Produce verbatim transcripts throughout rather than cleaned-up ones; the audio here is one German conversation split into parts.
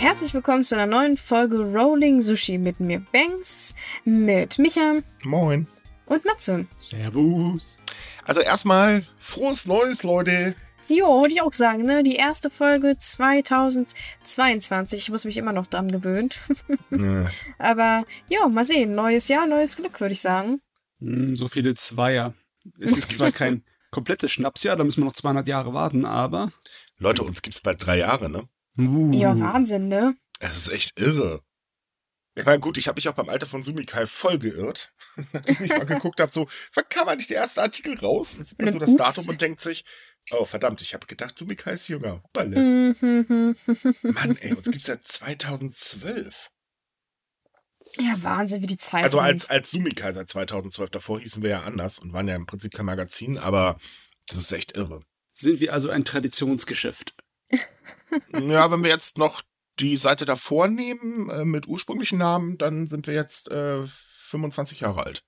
Herzlich willkommen zu einer neuen Folge Rolling Sushi mit mir Banks, mit Micha. Moin. Und Matze. Servus. Also erstmal frohes Neues, Leute. Jo, wollte ich auch sagen, ne? Die erste Folge zweitausendzweiundzwanzig. Ich muss mich immer noch dran gewöhnen. Ja. Aber ja, mal sehen. Neues Jahr, neues Glück, würde ich sagen. Mm, so viele Zweier. Es ist zwar kein komplettes Schnapsjahr, da müssen wir noch zweihundert Jahre warten, aber... Leute, uns gibt's bald drei Jahre, ne? Uh. Ja, Wahnsinn, ne? Es ist echt irre. Ich meine, gut, ich habe mich auch beim Alter von Sumikai voll geirrt, nachdem ich mal geguckt habe, so, wann kam eigentlich der erste Artikel raus? Dann sieht man so das Datum und denkt sich, oh verdammt, ich habe gedacht, Sumikai ist jünger. Balle. Mann, ey, uns gibt's seit zweitausendzwölf. Ja, Wahnsinn, wie die Zeit Also als, als Sumikai seit zweitausendzwölf, davor hießen wir ja anders und waren ja im Prinzip kein Magazin, aber das ist echt irre. Sind wir also ein Traditionsgeschäft? Ja, wenn wir jetzt noch die Seite davor nehmen, äh, mit ursprünglichen Namen, dann sind wir jetzt äh, fünfundzwanzig Jahre alt.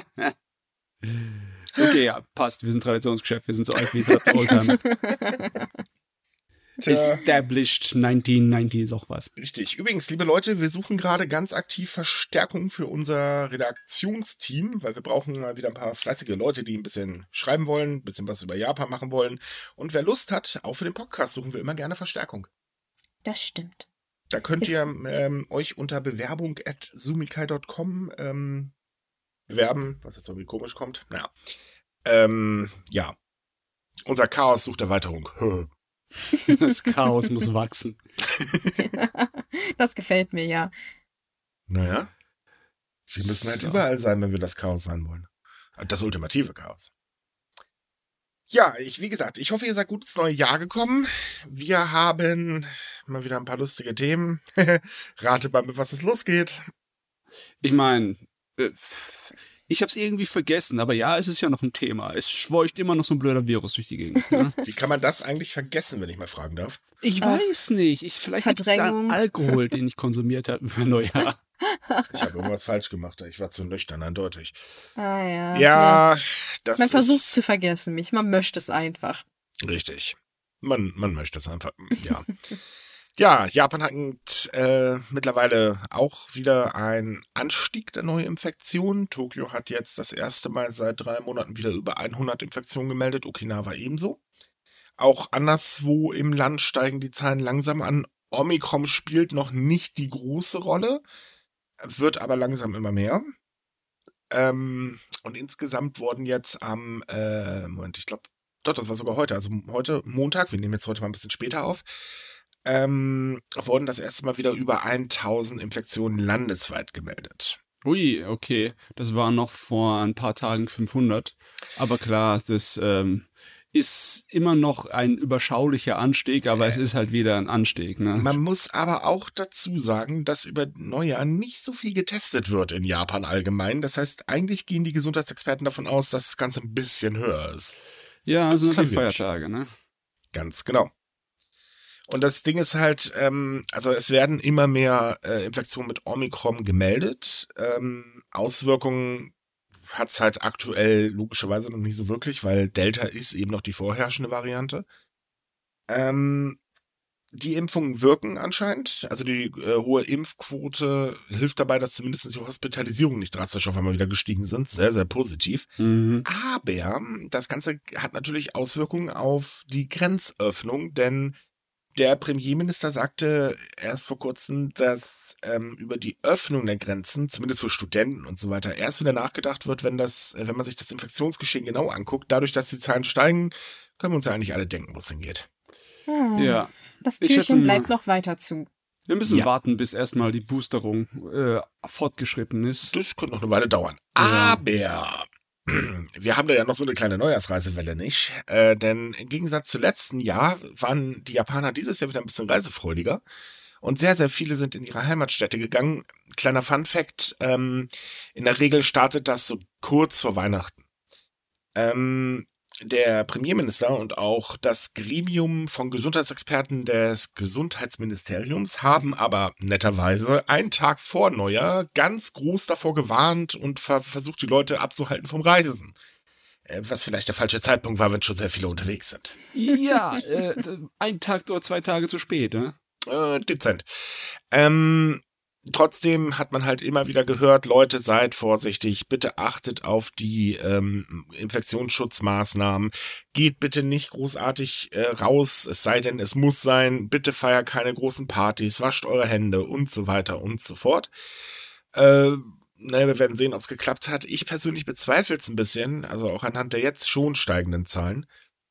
Okay, ja, passt. Wir sind Traditionsgeschäft. Wir sind so alt wie der Oldtimer. Established neunzehnhundertneunzig ist auch was. Richtig. Übrigens, liebe Leute, wir suchen gerade ganz aktiv Verstärkung für unser Redaktionsteam, weil wir brauchen mal wieder ein paar fleißige Leute, die ein bisschen schreiben wollen, ein bisschen was über Japan machen wollen. Und wer Lust hat, auch für den Podcast suchen wir immer gerne Verstärkung. Das stimmt. Da könnt ihr ähm, euch unter bewerbung at sumikai punkt com ähm, bewerben, was jetzt irgendwie komisch kommt. Naja. Ähm, ja. Unser Chaos sucht Erweiterung. Das Chaos muss wachsen. Das gefällt mir, ja. Naja. Wir müssen halt so. überall sein, wenn wir das Chaos sein wollen. Das ultimative Chaos. Ja, ich, wie gesagt, ich hoffe, ihr seid gut ins neue Jahr gekommen. Wir haben mal wieder ein paar lustige Themen. Rate mal, mit was es losgeht. Ich meine, ich hab's irgendwie vergessen, aber ja, es ist ja noch ein Thema. Es schweucht immer noch so ein blöder Virus durch die Gegend. Ne? Wie kann man das eigentlich vergessen, wenn ich mal fragen darf? Ich Ach, weiß nicht. Ich, vielleicht ist es da Alkohol, den ich konsumiert habe über Neujahr. Ich habe irgendwas falsch gemacht. Ich war zu nüchtern, eindeutig. Ah ja. Ja, ja. das Man ist... versucht zu vergessen mich. Man möchte es einfach. Richtig. Man, man möchte es einfach, ja. Ja, Japan hat äh, mittlerweile auch wieder einen Anstieg der Neuinfektionen. Tokio hat jetzt das erste Mal seit drei Monaten wieder über hundert Infektionen gemeldet. Okinawa ebenso. Auch anderswo im Land steigen die Zahlen langsam an. Omikron spielt noch nicht die große Rolle, wird aber langsam immer mehr. Ähm, und insgesamt wurden jetzt am, äh, Moment, ich glaube, doch, das war sogar heute, also heute Montag, wir nehmen jetzt heute mal ein bisschen später auf, ähm, wurden das erste Mal wieder über tausend Infektionen landesweit gemeldet. Ui, okay, das war noch vor ein paar Tagen fünfhundert, aber klar, das ähm, ist immer noch ein überschaulicher Anstieg, aber äh, es ist halt wieder ein Anstieg. Ne? Man muss aber auch dazu sagen, dass über Neujahr nicht so viel getestet wird in Japan allgemein. Das heißt, eigentlich gehen die Gesundheitsexperten davon aus, dass das Ganze ein bisschen höher ist. Ja, also die Feiertage, ne? Ganz genau. Und das Ding ist halt, ähm, also es werden immer mehr äh, Infektionen mit Omikron gemeldet. Ähm, Auswirkungen hat es halt aktuell logischerweise noch nicht so wirklich, weil Delta ist eben noch die vorherrschende Variante. Ähm, die Impfungen wirken anscheinend. Also die äh, hohe Impfquote hilft dabei, dass zumindest die Hospitalisierungen nicht drastisch auf einmal wieder gestiegen sind. Sehr, sehr positiv. Mhm. Aber das Ganze hat natürlich Auswirkungen auf die Grenzöffnung, denn der Premierminister sagte erst vor kurzem, dass ähm, über die Öffnung der Grenzen, zumindest für Studenten und so weiter, erst wieder nachgedacht wird, wenn das, wenn man sich das Infektionsgeschehen genau anguckt. Dadurch, dass die Zahlen steigen, können wir uns ja eigentlich alle denken, wo es hingeht. Hm, ja. Das Türchen bleibt noch weiter zu. Wir müssen ja. warten, bis erstmal die Boosterung äh, fortgeschritten ist. Das könnte noch eine Weile dauern. Ja. Aber wir haben da ja noch so eine kleine Neujahrsreisewelle nicht, äh, denn im Gegensatz zu letzten Jahr waren die Japaner dieses Jahr wieder ein bisschen reisefreudiger und sehr, sehr viele sind in ihre Heimatstädte gegangen. Kleiner Funfact, ähm, in der Regel startet das so kurz vor Weihnachten. Ähm, der Premierminister und auch das Gremium von Gesundheitsexperten des Gesundheitsministeriums haben aber netterweise einen Tag vor Neujahr ganz groß davor gewarnt und ver- versucht, die Leute abzuhalten vom Reisen. Äh, was vielleicht der falsche Zeitpunkt war, wenn schon sehr viele unterwegs sind. Ja, äh, ein Tag oder zwei Tage zu spät, ne? Äh, dezent. Ähm, trotzdem hat man halt immer wieder gehört, Leute, seid vorsichtig, bitte achtet auf die ähm, Infektionsschutzmaßnahmen, geht bitte nicht großartig äh, raus, es sei denn, es muss sein, bitte feiert keine großen Partys, wascht eure Hände und so weiter und so fort. Äh, naja, wir werden sehen, ob es geklappt hat. Ich persönlich bezweifle es ein bisschen, also auch anhand der jetzt schon steigenden Zahlen.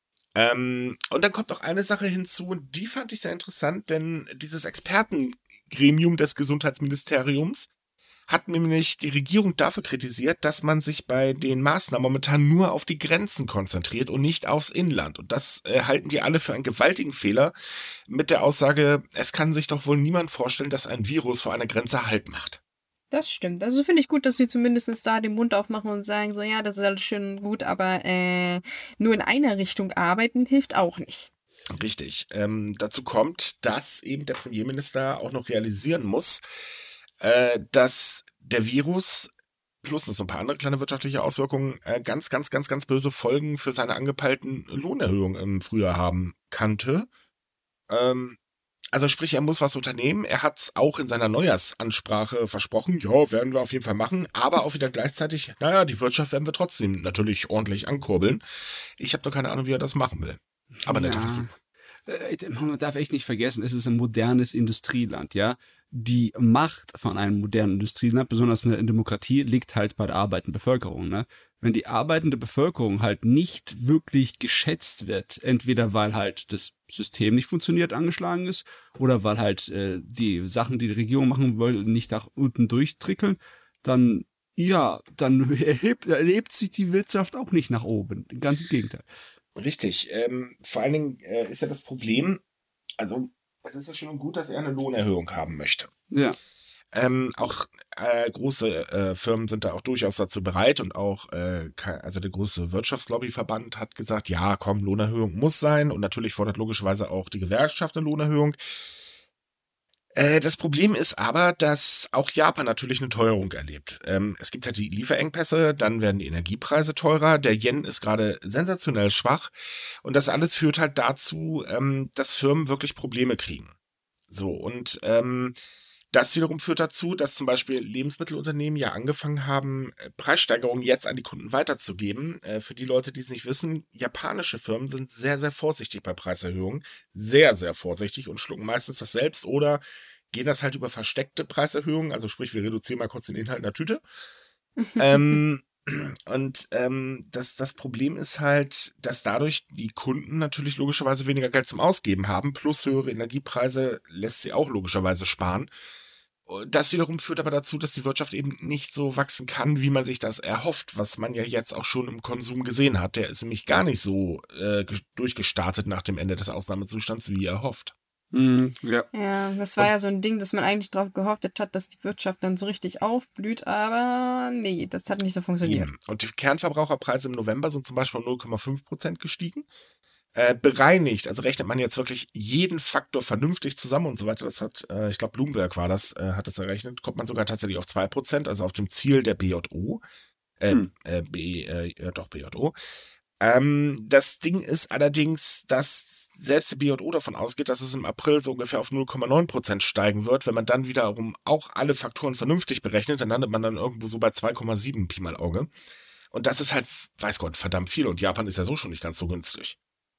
Ähm, und dann kommt noch eine Sache hinzu, und die fand ich sehr interessant, denn dieses Expertengremium des Gesundheitsministeriums hat nämlich die Regierung dafür kritisiert, dass man sich bei den Maßnahmen momentan nur auf die Grenzen konzentriert und nicht aufs Inland. Und das äh, halten die alle für einen gewaltigen Fehler mit der Aussage, es kann sich doch wohl niemand vorstellen, dass ein Virus vor einer Grenze Halt macht. Das stimmt. Also finde ich gut, dass sie zumindest da den Mund aufmachen und sagen, so ja, das ist alles schön und gut, aber äh, nur in einer Richtung arbeiten hilft auch nicht. Richtig. Ähm, dazu kommt, dass eben der Premierminister auch noch realisieren muss, äh, dass der Virus plus noch so ein paar andere kleine wirtschaftliche Auswirkungen äh, ganz, ganz, ganz, ganz böse Folgen für seine angepeilten Lohnerhöhungen im Frühjahr haben könnte. Ähm, Also sprich, er muss was unternehmen. Er hat es auch in seiner Neujahrsansprache versprochen. Ja, werden wir auf jeden Fall machen. Aber auch wieder gleichzeitig, naja, die Wirtschaft werden wir trotzdem natürlich ordentlich ankurbeln. Ich habe nur keine Ahnung, wie er das machen will. Aber netter Ja. Versuch. Äh, Man darf echt nicht vergessen, es ist ein modernes Industrieland, ja. Die Macht von einem modernen Industrieland, besonders eine Demokratie, liegt halt bei der arbeitenden Bevölkerung, ne? Wenn die arbeitende Bevölkerung halt nicht wirklich geschätzt wird, entweder weil halt das System nicht funktioniert, angeschlagen ist, oder weil halt äh, die Sachen, die die Regierung machen will, nicht nach unten durchtrickeln, dann, ja, dann erhebt, erlebt sich die Wirtschaft auch nicht nach oben. Ganz im Gegenteil. Richtig. Ähm, vor allen Dingen äh, ist ja das Problem, also es ist ja schön und gut, dass er eine Lohnerhöhung haben möchte. Ja. Ähm, auch äh, große äh, Firmen sind da auch durchaus dazu bereit und auch, äh, ke- also der große Wirtschaftslobbyverband hat gesagt, ja, komm, Lohnerhöhung muss sein und natürlich fordert logischerweise auch die Gewerkschaft eine Lohnerhöhung. Äh, das Problem ist aber, dass auch Japan natürlich eine Teuerung erlebt. Ähm, es gibt halt die Lieferengpässe, dann werden die Energiepreise teurer, der Yen ist gerade sensationell schwach und das alles führt halt dazu, ähm, dass Firmen wirklich Probleme kriegen. So, und ähm, das wiederum führt dazu, dass zum Beispiel Lebensmittelunternehmen ja angefangen haben, äh, Preissteigerungen jetzt an die Kunden weiterzugeben. Äh, für die Leute, die es nicht wissen, japanische Firmen sind sehr, sehr vorsichtig bei Preiserhöhungen. Sehr, sehr vorsichtig und schlucken meistens das selbst oder gehen das halt über versteckte Preiserhöhungen. Also sprich, wir reduzieren mal kurz den Inhalt in der Tüte. ähm, und ähm, das, das Problem ist halt, dass dadurch die Kunden natürlich logischerweise weniger Geld zum Ausgeben haben, plus höhere Energiepreise lässt sie auch logischerweise sparen. Das wiederum führt aber dazu, dass die Wirtschaft eben nicht so wachsen kann, wie man sich das erhofft, was man ja jetzt auch schon im Konsum gesehen hat. Der ist nämlich gar nicht so äh, ge- durchgestartet nach dem Ende des Ausnahmezustands, wie erhofft. Mhm, ja. Ja, das war ja so ein Ding, dass man eigentlich darauf gehofft hat, dass die Wirtschaft dann so richtig aufblüht, aber nee, das hat nicht so funktioniert. Eben. Und die Kernverbraucherpreise im November sind zum Beispiel um null Komma fünf Prozent gestiegen. Äh, bereinigt, also rechnet man jetzt wirklich jeden Faktor vernünftig zusammen und so weiter. Das hat, äh, ich glaube, Bloomberg war das, äh, hat das errechnet, kommt man sogar tatsächlich auf zwei Prozent, also auf dem Ziel der B J O. Äh, Hm. äh, B, äh, ja, doch, B J O. Ähm, das Ding ist allerdings, dass selbst die B J O davon ausgeht, dass es im April so ungefähr auf null Komma neun Prozent steigen wird. Wenn man dann wiederum auch alle Faktoren vernünftig berechnet, dann landet man dann irgendwo so bei zwei Komma sieben Pi mal Auge. Und das ist halt, weiß Gott, verdammt viel. Und Japan ist ja so schon nicht ganz so günstig.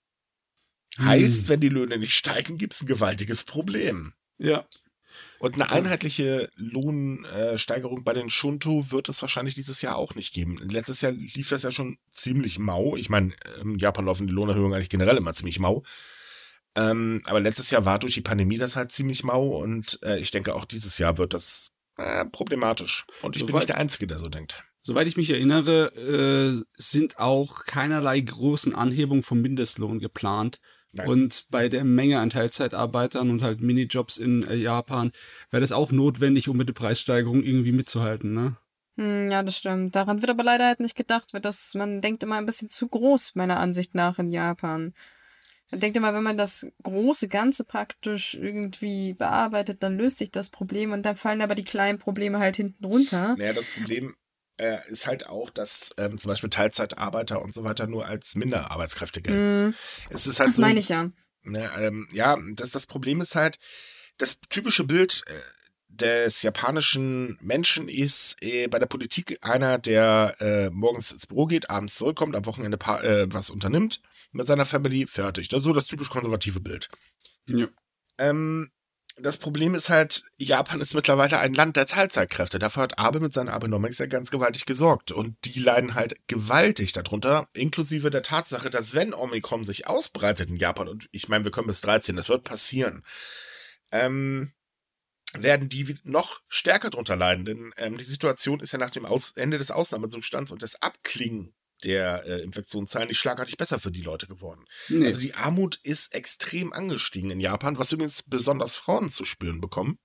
Heißt, Hm. wenn die Löhne nicht steigen, gibt es ein gewaltiges Problem. Ja. Und eine einheitliche Lohnsteigerung bei den Shunto wird es wahrscheinlich dieses Jahr auch nicht geben. Letztes Jahr lief das ja schon ziemlich mau. Ich meine, in Japan laufen die Lohnerhöhungen eigentlich generell immer ziemlich mau. Ähm, aber letztes Jahr war durch die Pandemie das halt ziemlich mau und äh, ich denke auch dieses Jahr wird das äh, problematisch. Und ich bin Soweit- nicht der Einzige, der so denkt. Soweit ich mich erinnere, äh, sind auch keinerlei großen Anhebungen vom Mindestlohn geplant. Nein. Und bei der Menge an Teilzeitarbeitern und halt Minijobs in äh, Japan wäre das auch notwendig, um mit der Preissteigerung irgendwie mitzuhalten, ne? Hm, ja, das stimmt. Daran wird aber leider halt nicht gedacht, weil das, man denkt immer ein bisschen zu groß, meiner Ansicht nach, in Japan. Man denkt immer, wenn man das große Ganze praktisch irgendwie bearbeitet, dann löst sich das Problem und dann fallen aber die kleinen Probleme halt hinten runter. Naja, das Problem äh, ist halt auch, dass ähm, zum Beispiel Teilzeitarbeiter und so weiter nur als Minderarbeitskräfte gelten. Hm, Es ist halt das so, meine ich ja. Ne, ähm, ja, das, das Problem ist halt, das typische Bild äh, des japanischen Menschen ist äh, bei der Politik einer, der äh, morgens ins Büro geht, abends zurückkommt, am Wochenende pa- äh, was unternimmt mit seiner Family, fertig. Das ist so das typisch konservative Bild. Ja. Ähm, das Problem ist halt, Japan ist mittlerweile ein Land der Teilzeitkräfte. Dafür hat Abe mit seinen Abenomics ja ganz gewaltig gesorgt. Und die leiden halt gewaltig darunter, inklusive der Tatsache, dass wenn Omikron sich ausbreitet in Japan, und ich meine, wir kommen bis dreizehn, das wird passieren, ähm, werden die noch stärker drunter leiden. Denn ähm, die Situation ist ja nach dem Aus- Ende des Ausnahmezustands und des Abklingen der äh, Infektionszahlen nicht schlagartig besser für die Leute geworden. Nee. Also die Armut ist extrem angestiegen in Japan, was übrigens besonders Frauen zu spüren bekommen.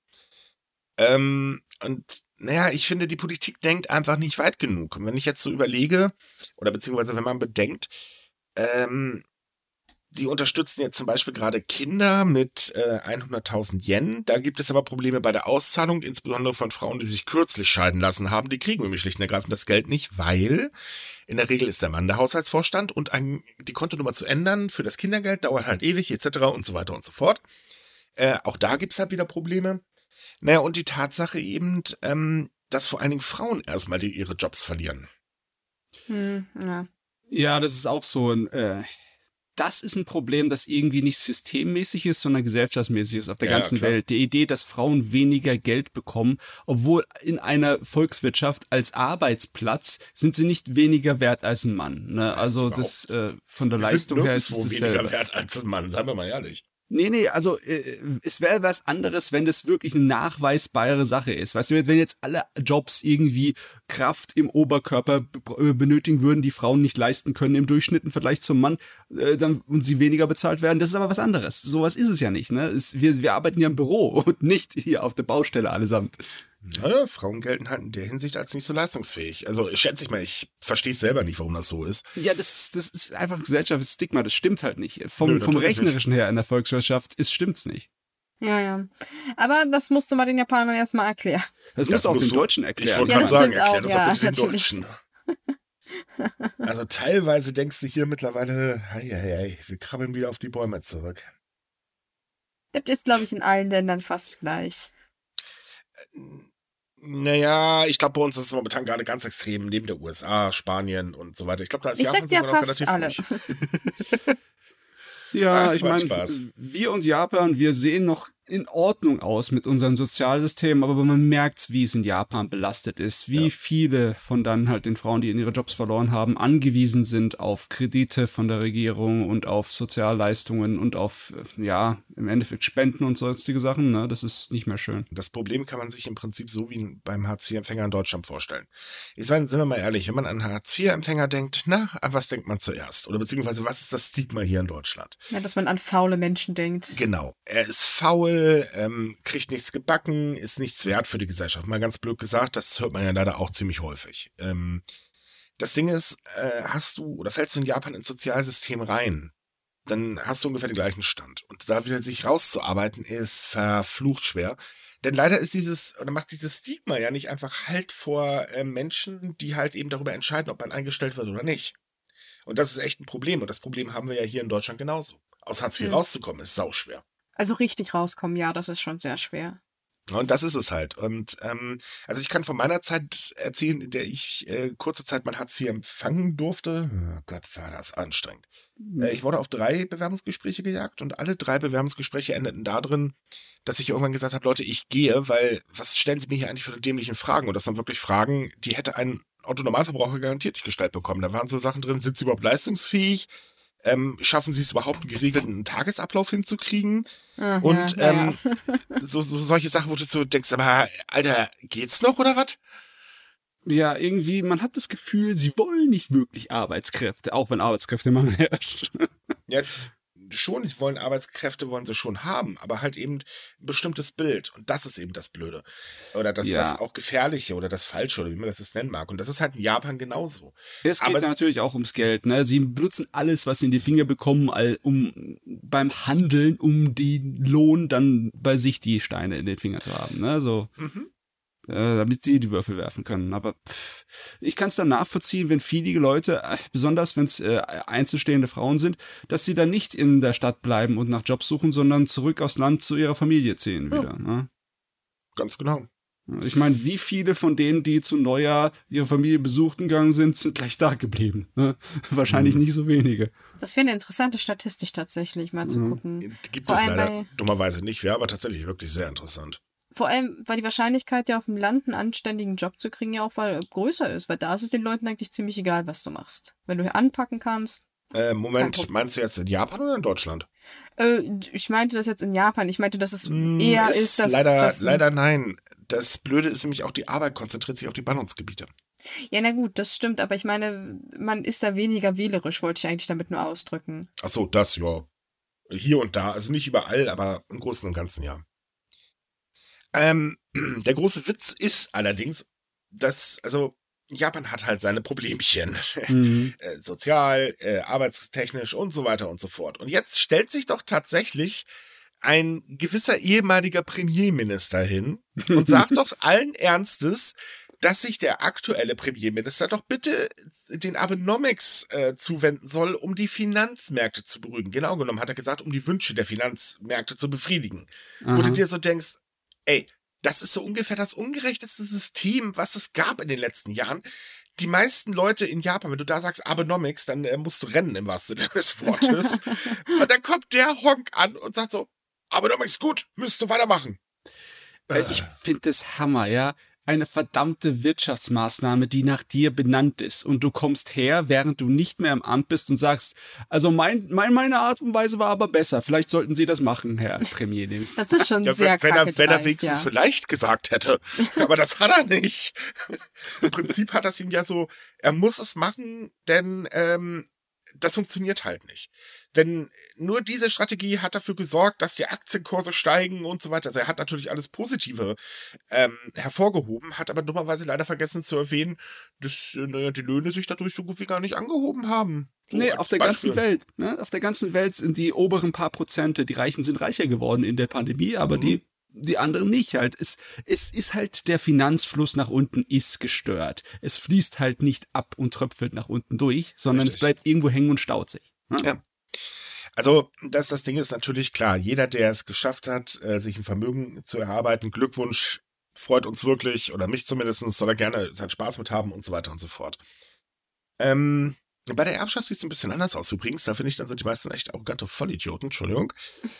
Ähm, und naja, ich finde, die Politik denkt einfach nicht weit genug. Und wenn ich jetzt so überlege, oder beziehungsweise wenn man bedenkt, ähm, die unterstützen jetzt zum Beispiel gerade Kinder mit äh, hunderttausend Yen. Da gibt es aber Probleme bei der Auszahlung, insbesondere von Frauen, die sich kürzlich scheiden lassen haben. Die kriegen nämlich schlicht und ergreifend das Geld nicht, weil in der Regel ist der Mann der Haushaltsvorstand und ein, die Kontonummer zu ändern für das Kindergeld dauert halt ewig et cetera und so weiter und so fort. Äh, auch da gibt es halt wieder Probleme. Naja, und die Tatsache eben, ähm, dass vor allen Dingen Frauen erstmal die ihre Jobs verlieren. Hm, ja. Ja, das ist auch so ein, äh, das ist ein Problem, das irgendwie nicht systemmäßig ist, sondern gesellschaftsmäßig ist auf der Ja, ganzen klar. Welt. Die Idee, dass Frauen weniger Geld bekommen, obwohl in einer Volkswirtschaft als Arbeitsplatz sind sie nicht weniger wert als ein Mann. Ne? Also das äh, von der Sie sind Leistung her ist es nirgendwo weniger dasselbe. wert als ein Mann, seien wir mal ehrlich. Nee, nee, also äh, es wäre was anderes, wenn das wirklich eine nachweisbare Sache ist. Weißt du, wenn jetzt alle Jobs irgendwie Kraft im Oberkörper b- benötigen würden, die Frauen nicht leisten können im Durchschnitt im Vergleich zum Mann, äh, dann und sie weniger bezahlt werden, das ist aber was anderes. Sowas ist es ja nicht, ne? Es, wir, wir arbeiten ja im Büro und nicht hier auf der Baustelle allesamt. Ja, Frauen gelten halt in der Hinsicht als nicht so leistungsfähig. Also schätze ich mal, ich verstehe es selber nicht, warum das so ist. Ja, das, das ist einfach ein gesellschaftliches Stigma, das stimmt halt nicht. Vom, Nö, vom natürlich Rechnerischen her in der Volkswirtschaft ist, stimmt's nicht. Ja, ja. Aber das musst du mal den Japanern erstmal erklären. Das musst du auch musst den du- Deutschen Ich erklären. wollte Ja, gerade das sagen, stimmt erklär auch, das ja, auch bitte den natürlich. Deutschen. Also teilweise denkst du hier mittlerweile, hei, hei, hei, wir krabbeln wieder auf die Bäume zurück. Das ist, glaube ich, in allen Ländern fast gleich. Naja, ich glaube, bei uns ist es momentan gerade ganz extrem, neben der U S A, Spanien und so weiter. Ich glaube, da ist Ich Japan sag dir sogar noch fast relativ alle. ruhig. Ja, Ach, ich Quatsch, meine, Spaß. wir und Japan, wir sehen noch in Ordnung aus mit unserem Sozialsystem, aber man merkt, wie es in Japan belastet ist, wie Ja. viele von dann halt den Frauen, die in ihre Jobs verloren haben, angewiesen sind auf Kredite von der Regierung und auf Sozialleistungen und auf, ja, im Endeffekt Spenden und sonstige Sachen, ne? Das ist nicht mehr schön. Das Problem kann man sich im Prinzip so wie beim Hartz-vier-Empfänger in Deutschland vorstellen. Ich meine, sind wir mal ehrlich, wenn man an Hartz-vier-Empfänger denkt, na, an was denkt man zuerst? Oder beziehungsweise, was ist das Stigma hier in Deutschland? Ja, dass man an faule Menschen denkt. Genau. Er ist faul, ähm, kriegt nichts gebacken, ist nichts wert für die Gesellschaft. Mal ganz blöd gesagt, das hört man ja leider auch ziemlich häufig. Ähm, das Ding ist, äh, hast du oder fällst du in Japan ins Sozialsystem rein, dann hast du ungefähr den gleichen Stand. Und da wieder sich rauszuarbeiten, ist verflucht schwer. Denn leider ist dieses, oder macht dieses Stigma ja nicht einfach Halt vor äh, Menschen, die halt eben darüber entscheiden, ob man eingestellt wird oder nicht. Und das ist echt ein Problem. Und das Problem haben wir ja hier in Deutschland genauso. Aus Hartz vier Hm. rauszukommen, ist sauschwer. Also richtig rauskommen, ja, das ist schon sehr schwer. Und das ist es halt. Und ähm, also ich kann von meiner Zeit erzählen, in der ich äh, kurze Zeit mal Hartz vier empfangen durfte. Oh Gott, war das anstrengend. Äh, ich wurde auf drei Bewerbungsgespräche gejagt und alle drei Bewerbungsgespräche endeten darin, dass ich irgendwann gesagt habe, Leute, ich gehe, weil was stellen Sie mir hier eigentlich für dämlichen Fragen? Und das sind wirklich Fragen, die hätte ein Autonormalverbraucher garantiert nicht gestellt bekommen. Da waren so Sachen drin, sind Sie überhaupt leistungsfähig? Ähm, schaffen Sie es überhaupt, einen geregelten Tagesablauf hinzukriegen? Ah, Und ja, ähm, ja. so, so solche Sachen, wo du so denkst, aber Alter, geht's noch oder was? Ja, irgendwie, man hat das Gefühl, sie wollen nicht wirklich Arbeitskräfte, auch wenn Arbeitskräftemangel herrscht. Ja, schon, sie wollen Arbeitskräfte, wollen sie schon haben, aber halt eben ein bestimmtes Bild. Und das ist eben das Blöde. Oder das, Ja. das auch Gefährliche oder das Falsche oder wie man das jetzt nennen mag. Und das ist halt in Japan genauso. Es geht Aber es- natürlich auch ums Geld, ne? Sie benutzen alles, was sie in die Finger bekommen, all- um beim Handeln, um den Lohn dann bei sich die Steine in den Finger zu haben, ne? So. Mhm. äh, damit sie die Würfel werfen können. Aber pff, ich kann es dann nachvollziehen, wenn viele Leute, äh, besonders wenn es äh, einzelstehende Frauen sind, dass sie dann nicht in der Stadt bleiben und nach Jobs suchen, sondern zurück aufs Land zu ihrer Familie ziehen Ja. wieder. Ne? Ganz genau. Ich meine, wie viele von denen, die zu Neujahr ihre Familie besuchten gegangen sind, sind gleich da geblieben? Ne? Wahrscheinlich Mhm. nicht so wenige. Das wäre eine interessante Statistik tatsächlich, mal zu Mhm. gucken. Gibt Vor es allem leider bei- dummerweise nicht, wäre aber tatsächlich wirklich sehr interessant. Vor allem, weil die Wahrscheinlichkeit, ja auf dem Land einen anständigen Job zu kriegen, ja auch weil, größer ist. Weil da ist es den Leuten eigentlich ziemlich egal, was du machst. Wenn du hier anpacken kannst. Äh, Kein Moment, Problem. meinst du jetzt in Japan oder in Deutschland? Äh, ich meinte das jetzt in Japan. Ich meinte, dass es Mm, eher ist ist, dass... leider, dass du- leider nein. Das Blöde ist nämlich auch, die Arbeit konzentriert sich auf die Ballungsgebiete. Ja, na gut, das stimmt. Aber ich meine, man ist da weniger wählerisch, wollte ich eigentlich damit nur ausdrücken. Ach so, das, ja. Hier und da, also nicht überall, aber im Großen und Ganzen ja. Ähm, der große Witz ist allerdings, dass, also, Japan hat halt seine Problemchen. Mhm. äh, sozial, äh, arbeitstechnisch und so weiter und so fort. Und jetzt stellt sich doch tatsächlich ein gewisser ehemaliger Premierminister hin und sagt doch allen Ernstes, dass sich der aktuelle Premierminister doch bitte den Abenomics äh, zuwenden soll, um die Finanzmärkte zu beruhigen. Genau genommen hat er gesagt, um die Wünsche der Finanzmärkte zu befriedigen. Wo du Aha. dir so denkst, ey, das ist so ungefähr das ungerechteste System, was es gab in den letzten Jahren. Die meisten Leute in Japan, wenn du da sagst Abenomics, dann äh, musst du rennen im wahrsten Sinne des Wortes. Und dann kommt der Honk an und sagt so, Abenomics gut, müsst du weitermachen. Äh, Ich finde das Hammer, ja. Eine verdammte Wirtschaftsmaßnahme, die nach dir benannt ist. Und du kommst her, während du nicht mehr im Amt bist und sagst, also mein, mein, meine Art und Weise war aber besser. Vielleicht sollten Sie das machen, Herr Premierminister. Das ist schon Ja, sehr wenn, wenn, er, kacke wenn er dreist, wenigstens ja. vielleicht gesagt hätte. Aber das hat er nicht. Im Prinzip hat das ihm ja so, er muss es machen, denn ähm, das funktioniert halt nicht. Denn nur diese Strategie hat dafür gesorgt, dass die Aktienkurse steigen und so weiter. Also er hat natürlich alles Positive ähm, hervorgehoben, hat aber dummerweise leider vergessen zu erwähnen, dass äh, naja, die Löhne sich dadurch so gut wie gar nicht angehoben haben. So Nee, als auf der Beispiel. ganzen Welt. Ne? Auf der ganzen Welt sind die oberen paar Prozente, die Reichen sind reicher geworden in der Pandemie, aber Mhm. die, die anderen nicht halt. Es, es ist halt, der Finanzfluss nach unten ist gestört. Es fließt halt nicht ab und tröpfelt nach unten durch, sondern Richtig. es bleibt irgendwo hängen und staut sich. Ne? Ja. Also, das, das Ding ist natürlich klar, jeder, der es geschafft hat, äh, sich ein Vermögen zu erarbeiten, Glückwunsch, freut uns wirklich, oder mich zumindest, soll er gerne seinen Spaß mit haben und so weiter und so fort. Ähm, bei der Erbschaft sieht es ein bisschen anders aus übrigens, da finde ich, dann sind die meisten echt arrogante Vollidioten, Entschuldigung.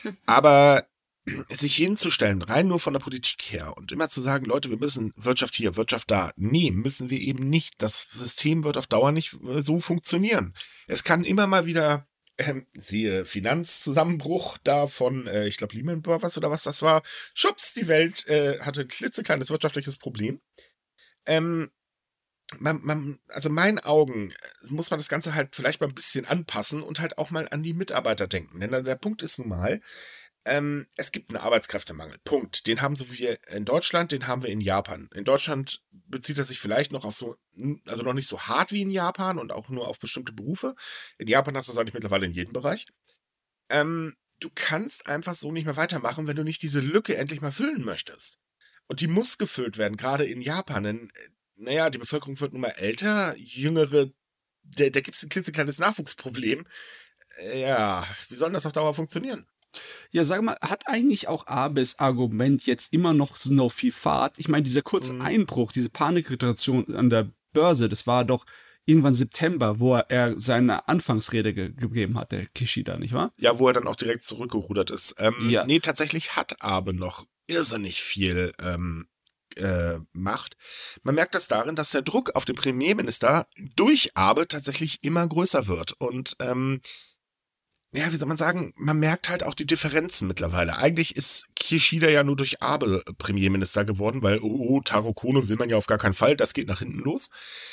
Aber sich hinzustellen, rein nur von der Politik her und immer zu sagen, Leute, wir müssen Wirtschaft hier, Wirtschaft da. Nee, müssen wir eben nicht. Das System wird auf Dauer nicht äh, so funktionieren. Es kann immer mal wieder, ähm, siehe Finanzzusammenbruch da von, äh, ich glaube, Lehman Brothers oder was das war. Schubs, die Welt äh, hatte ein klitzekleines wirtschaftliches Problem. Ähm, man, man, also in meinen Augen muss man das Ganze halt vielleicht mal ein bisschen anpassen und halt auch mal an die Mitarbeiter denken. Denn der Punkt ist nun mal, Ähm, es gibt einen Arbeitskräftemangel. Punkt. Den haben so wir in Deutschland, den haben wir in Japan. In Deutschland bezieht er sich vielleicht noch auf so, also noch nicht so hart wie in Japan und auch nur auf bestimmte Berufe. In Japan hast du es eigentlich mittlerweile in jedem Bereich. Ähm, du kannst einfach so nicht mehr weitermachen, wenn du nicht diese Lücke endlich mal füllen möchtest. Und die muss gefüllt werden, gerade in Japan. Denn, naja, die Bevölkerung wird nun mal älter, jüngere, da, da gibt es ein klitzekleines Nachwuchsproblem. Äh, Ja, wie soll das auf Dauer funktionieren? Ja, sag mal, hat eigentlich auch Abes Argument jetzt immer noch so viel Fahrt? Ich meine, dieser kurze Mhm. Einbruch, diese Paniksituation an der Börse, das war doch irgendwann September, wo er seine Anfangsrede ge gegeben hat, der Kishida, nicht wahr? Ja, wo er dann auch direkt zurückgerudert ist. Ähm, Ja. Nee, tatsächlich hat Abe noch irrsinnig viel ähm, äh, Macht. Man merkt das darin, dass der Druck auf den Premierminister durch Abe tatsächlich immer größer wird. Und ähm, ja, wie soll man sagen, man merkt halt auch die Differenzen mittlerweile. Eigentlich ist Kishida ja nur durch Abe Premierminister geworden, weil, oh, oh, Taro Kono will man ja auf gar keinen Fall, das geht nach hinten los.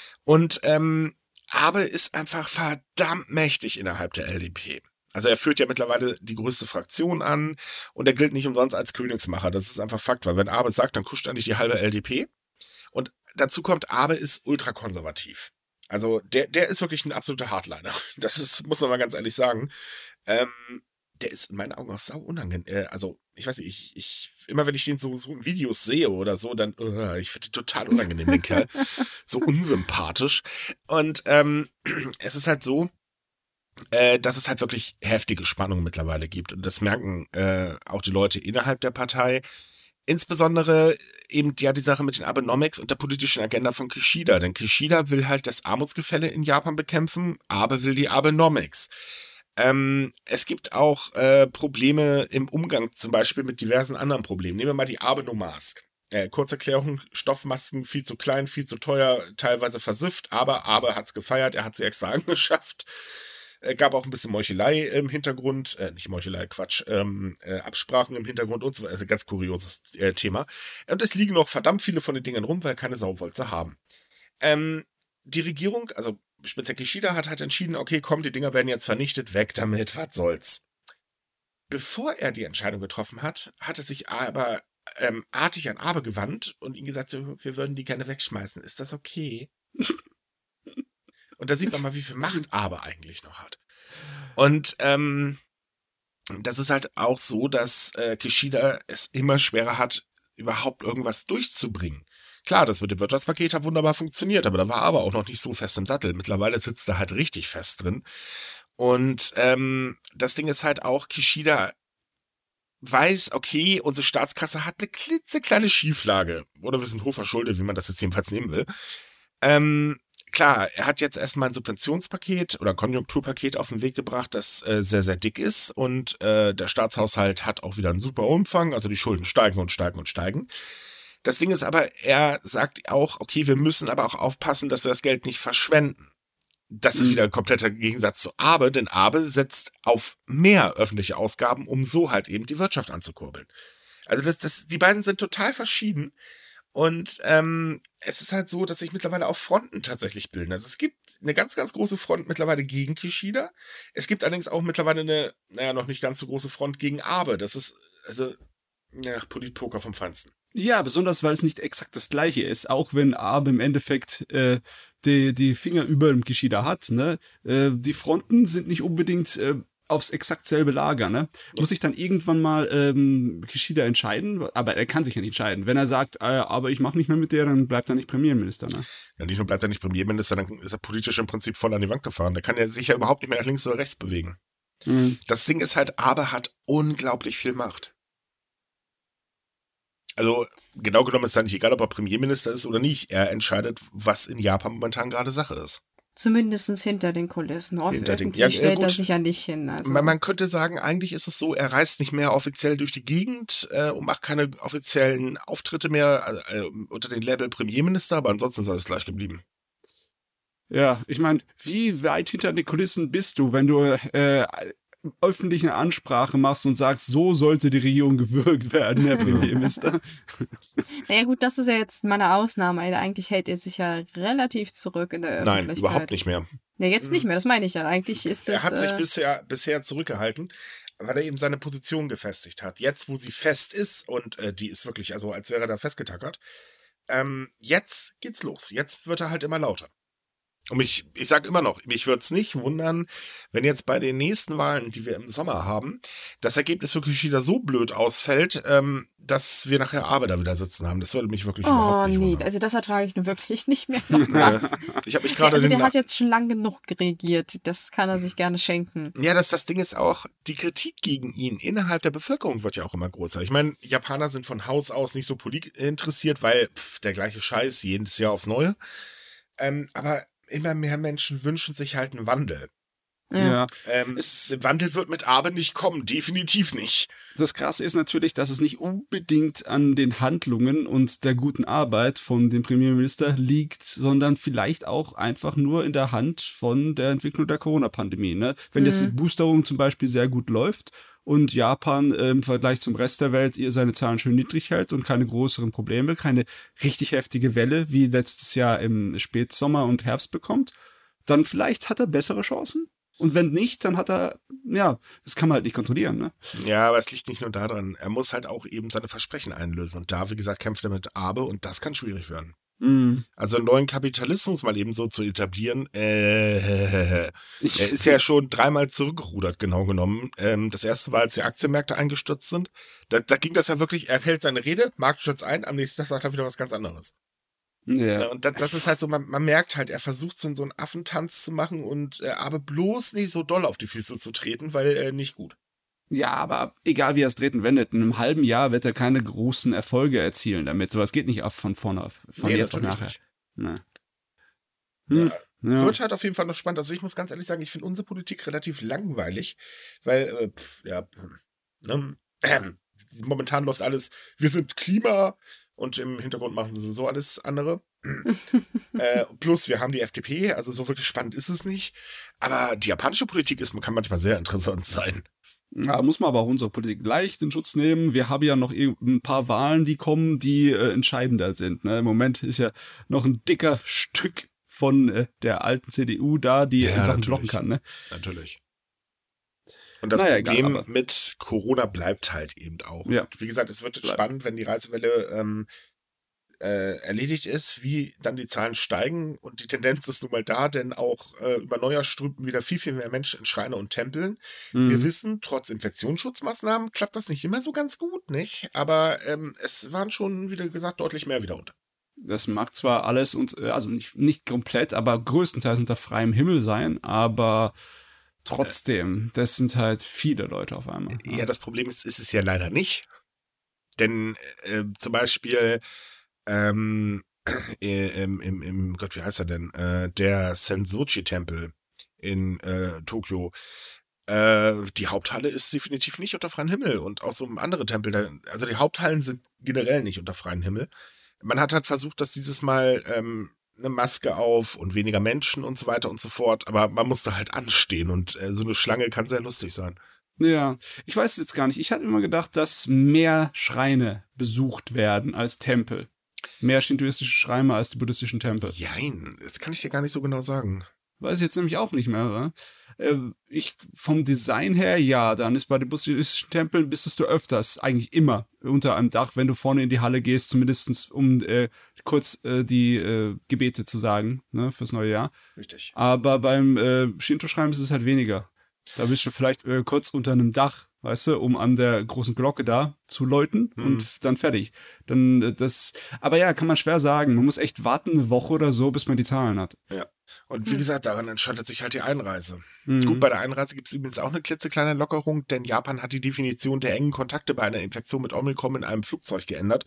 Und ähm, Abe ist einfach verdammt mächtig innerhalb der L D P. Also er führt ja mittlerweile die größte Fraktion an und er gilt nicht umsonst als Königsmacher. Das ist einfach Fakt, weil wenn Abe sagt, dann kuscht eigentlich die halbe L D P. Und dazu kommt, Abe ist ultrakonservativ. Also der, der ist wirklich ein absoluter Hardliner. Das ist, muss man mal ganz ehrlich sagen. Ähm, der ist in meinen Augen auch sau unangenehm. Äh, also, ich weiß nicht, ich, ich, immer wenn ich den so, so in Videos sehe oder so, dann, uh, ich finde den total unangenehm, den Kerl. So unsympathisch. Und ähm, es ist halt so, äh, dass es halt wirklich heftige Spannungen mittlerweile gibt. Und das merken äh, auch die Leute innerhalb der Partei. Insbesondere eben ja die Sache mit den Abenomics und der politischen Agenda von Kishida. Denn Kishida will halt das Armutsgefälle in Japan bekämpfen, Abe will die Abenomics. Ähm, es gibt auch äh, Probleme im Umgang, zum Beispiel mit diversen anderen Problemen. Nehmen wir mal die Abenomask. Äh, Kurzerklärung, Stoffmasken viel zu klein, viel zu teuer, teilweise versifft, aber Abe hat's gefeiert, er hat sie extra angeschafft. Äh, gab auch ein bisschen Meuchelei im Hintergrund, äh, nicht Meuchelei, Quatsch, ähm, äh, Absprachen im Hintergrund und so weiter. Also ganz kurioses äh, Thema. Und es liegen noch verdammt viele von den Dingern rum, weil keine Sau wollte sie haben. Ähm, die Regierung, also speziell Kishida, hat halt entschieden, okay, komm, die Dinger werden jetzt vernichtet, weg damit, was soll's. Bevor er die Entscheidung getroffen hat, hat er sich aber ähm, artig an Abe gewandt und ihm gesagt, so, wir würden die gerne wegschmeißen. Ist das okay? Und da sieht man mal, wie viel Macht Abe eigentlich noch hat. Und ähm, das ist halt auch so, dass äh, Kishida es immer schwerer hat, überhaupt irgendwas durchzubringen. Klar, das mit dem Wirtschaftspaket hat wunderbar funktioniert, aber da war aber auch noch nicht so fest im Sattel. Mittlerweile sitzt er halt richtig fest drin. Und ähm, das Ding ist halt auch, Kishida weiß, okay, unsere Staatskasse hat eine klitzekleine Schieflage. Oder wir sind hochverschuldet, wie man das jetzt jedenfalls nehmen will. Ähm, klar, er hat jetzt erstmal ein Subventionspaket oder Konjunkturpaket auf den Weg gebracht, das äh, sehr, sehr dick ist. Und äh, der Staatshaushalt hat auch wieder einen super Umfang. Also die Schulden steigen und steigen und steigen. Das Ding ist aber, er sagt auch, okay, wir müssen aber auch aufpassen, dass wir das Geld nicht verschwenden. Das ist wieder ein kompletter Gegensatz zu Abe, denn Abe setzt auf mehr öffentliche Ausgaben, um so halt eben die Wirtschaft anzukurbeln. Also das, das, die beiden sind total verschieden. Und ähm, es ist halt so, dass sich mittlerweile auch Fronten tatsächlich bilden. Also es gibt eine ganz, ganz große Front mittlerweile gegen Kishida. Es gibt allerdings auch mittlerweile eine, naja, noch nicht ganz so große Front gegen Abe. Das ist, also, ja, Politpoker vom Feinsten. Ja, besonders, weil es nicht exakt das Gleiche ist. Auch wenn Abe im Endeffekt äh, die, die Finger über dem Kishida hat, ne? Äh, die Fronten sind nicht unbedingt äh, aufs exakt selbe Lager, ne? Muss sich dann irgendwann mal ähm, Kishida entscheiden, aber er kann sich ja nicht entscheiden. Wenn er sagt, äh, aber ich mache nicht mehr mit der, dann bleibt er nicht Premierminister, ne? Ja, nicht nur bleibt er nicht Premierminister, dann ist er politisch im Prinzip voll an die Wand gefahren. Der kann ja sich ja überhaupt nicht mehr nach links oder rechts bewegen. Mhm. Das Ding ist halt, Abe hat unglaublich viel Macht. Also genau genommen ist es nicht egal, ob er Premierminister ist oder nicht. Er entscheidet, was in Japan momentan gerade Sache ist. Zumindest hinter den Kulissen. Oft Hinter den, öffentlich ja, stellt gut. er sich ja nicht hin. Also. Man, man könnte sagen, eigentlich ist es so, er reist nicht mehr offiziell durch die Gegend äh, und macht keine offiziellen Auftritte mehr äh, unter dem Label Premierminister, aber ansonsten ist alles gleich geblieben. Ja, ich meine, wie weit hinter den Kulissen bist du, wenn du äh, öffentliche Ansprache machst und sagst, so sollte die Regierung gewirkt werden, Herr Premierminister. Naja gut, das ist ja jetzt mal eine Ausnahme. Eigentlich hält er sich ja relativ zurück in der Öffentlichkeit. Nein, überhaupt nicht mehr. Ja, jetzt nicht mehr, das meine ich ja. Eigentlich ist das... Er hat sich äh, bisher, bisher zurückgehalten, weil er eben seine Position gefestigt hat. Jetzt, wo sie fest ist, und äh, die ist wirklich, also als wäre er da festgetackert, ähm, jetzt geht's los. Jetzt wird er halt immer lauter. Und mich, ich sage immer noch, mich würde es nicht wundern, wenn jetzt bei den nächsten Wahlen, die wir im Sommer haben, das Ergebnis für Kishida so blöd ausfällt, ähm, dass wir nachher Abe da wieder sitzen haben. Das würde mich wirklich oh, überhaupt nicht nee, wundern. Also das ertrage ich nun wirklich nicht mehr. Ich habe mich gerade. Ja, also der hat jetzt schon lang genug regiert. Das kann er sich gerne schenken. Ja, das, das Ding ist auch, die Kritik gegen ihn innerhalb der Bevölkerung wird ja auch immer größer. Ich meine, Japaner sind von Haus aus nicht so politik interessiert, weil pff, der gleiche Scheiß jedes Jahr aufs Neue. Ähm, aber immer mehr Menschen wünschen sich halt einen Wandel. Ja. Ähm, es, Wandel wird mit Abe nicht kommen, definitiv nicht. Das Krasse ist natürlich, dass es nicht unbedingt an den Handlungen und der guten Arbeit von dem Premierminister liegt, sondern vielleicht auch einfach nur in der Hand von der Entwicklung der Corona-Pandemie. Ne? Wenn mhm. jetzt die Boosterung zum Beispiel sehr gut läuft und Japan äh, im Vergleich zum Rest der Welt ihr seine Zahlen schön niedrig hält und keine größeren Probleme, keine richtig heftige Welle wie letztes Jahr im Spätsommer und Herbst bekommt, dann vielleicht hat er bessere Chancen. Und wenn nicht, dann hat er, ja, das kann man halt nicht kontrollieren, ne? Ja, aber es liegt nicht nur daran. Er muss halt auch eben seine Versprechen einlösen. Und da, wie gesagt, kämpft er mit Abe und das kann schwierig werden. Mm. Also einen neuen Kapitalismus mal eben so zu etablieren, äh, er ist ja schon dreimal zurückgerudert, genau genommen. Ähm, das erste war, als die Aktienmärkte eingestürzt sind. Da, da ging das ja wirklich, er hält seine Rede, Markt stürzt ein, am nächsten Tag sagt er wieder was ganz anderes. Ja. Ja, und das, das ist halt so, man, man merkt halt, er versucht so, so einen Affentanz zu machen und äh, aber bloß nicht so doll auf die Füße zu treten, weil äh, nicht gut. Ja, aber egal wie er es dreht und wendet, in einem halben Jahr wird er keine großen Erfolge erzielen damit. Sowas geht nicht auf von vorne auf, von Nee, jetzt auf natürlich nachher. nicht. Ne. Hm. Ja. Wird halt auf jeden Fall noch spannend. Also ich muss ganz ehrlich sagen, ich finde unsere Politik relativ langweilig, weil, äh, pf, ja, ne, äh, momentan läuft alles, wir sind Klima und im Hintergrund machen sie sowieso alles andere. äh, plus wir haben die F D P, also so wirklich spannend ist es nicht. Aber die japanische Politik ist, kann manchmal sehr interessant sein. Ja, muss man aber auch unsere Politik leicht in Schutz nehmen. Wir haben ja noch ein paar Wahlen, die kommen, die äh, entscheidender sind. Ne? Im Moment ist ja noch ein dicker Stück von äh, der alten C D U da, die Ja, Sachen natürlich. blocken kann. Ne? Natürlich. Und das Naja, Problem egal, aber- mit Corona bleibt halt eben auch. Ja. Und wie gesagt, es wird jetzt Bleibt. spannend, wenn die Reisewelle ähm, äh, erledigt ist, wie dann die Zahlen steigen. Und die Tendenz ist nun mal da, denn auch äh, über Neujahr strömten wieder viel, viel mehr Menschen in Schreine und Tempeln. Mhm. Wir wissen, trotz Infektionsschutzmaßnahmen klappt das nicht immer so ganz gut, nicht? Aber ähm, es waren schon, wie gesagt, deutlich mehr wieder unter. Das mag zwar alles, und, äh, also nicht, nicht komplett, aber größtenteils unter freiem Himmel sein, aber trotzdem, das sind halt viele Leute auf einmal. Ja, das Problem ist, ist es ja leider nicht. Denn äh, zum Beispiel ähm, äh, im, im, im, Gott, wie heißt er denn? Äh, der Sensoji-Tempel in äh, Tokio. Äh, die Haupthalle ist definitiv nicht unter freiem Himmel. Und auch so andere Tempel, da, also die Haupthallen sind generell nicht unter freiem Himmel. Man hat halt versucht, dass dieses Mal ähm, eine Maske auf und weniger Menschen und so weiter und so fort. Aber man musste halt anstehen und äh, so eine Schlange kann sehr lustig sein. Ja, ich weiß es jetzt gar nicht. Ich hatte immer gedacht, dass mehr Schreine besucht werden als Tempel. Mehr shintoistische Schreine als die buddhistischen Tempel. Jein, das kann ich dir gar nicht so genau sagen. Weiß ich jetzt nämlich auch nicht mehr. Wa? Äh, ich, vom Design her, ja, dann ist bei den buddhistischen Tempeln bist du öfters, eigentlich immer, unter einem Dach, wenn du vorne in die Halle gehst, zumindest um äh, kurz äh, die äh, Gebete zu sagen, ne, fürs neue Jahr. Richtig. Aber beim äh, Shinto-Schrein ist es halt weniger. Da bist du vielleicht äh, kurz unter einem Dach, weißt du, um an der großen Glocke da zu läuten Hm. und dann fertig. Dann äh, das, aber ja, kann man schwer sagen. Man muss echt warten eine Woche oder so, bis man die Zahlen hat. Ja. Und wie gesagt, daran entscheidet sich halt die Einreise. Mhm. Gut, bei der Einreise gibt es übrigens auch eine klitzekleine Lockerung, denn Japan hat die Definition der engen Kontakte bei einer Infektion mit Omikron in einem Flugzeug geändert.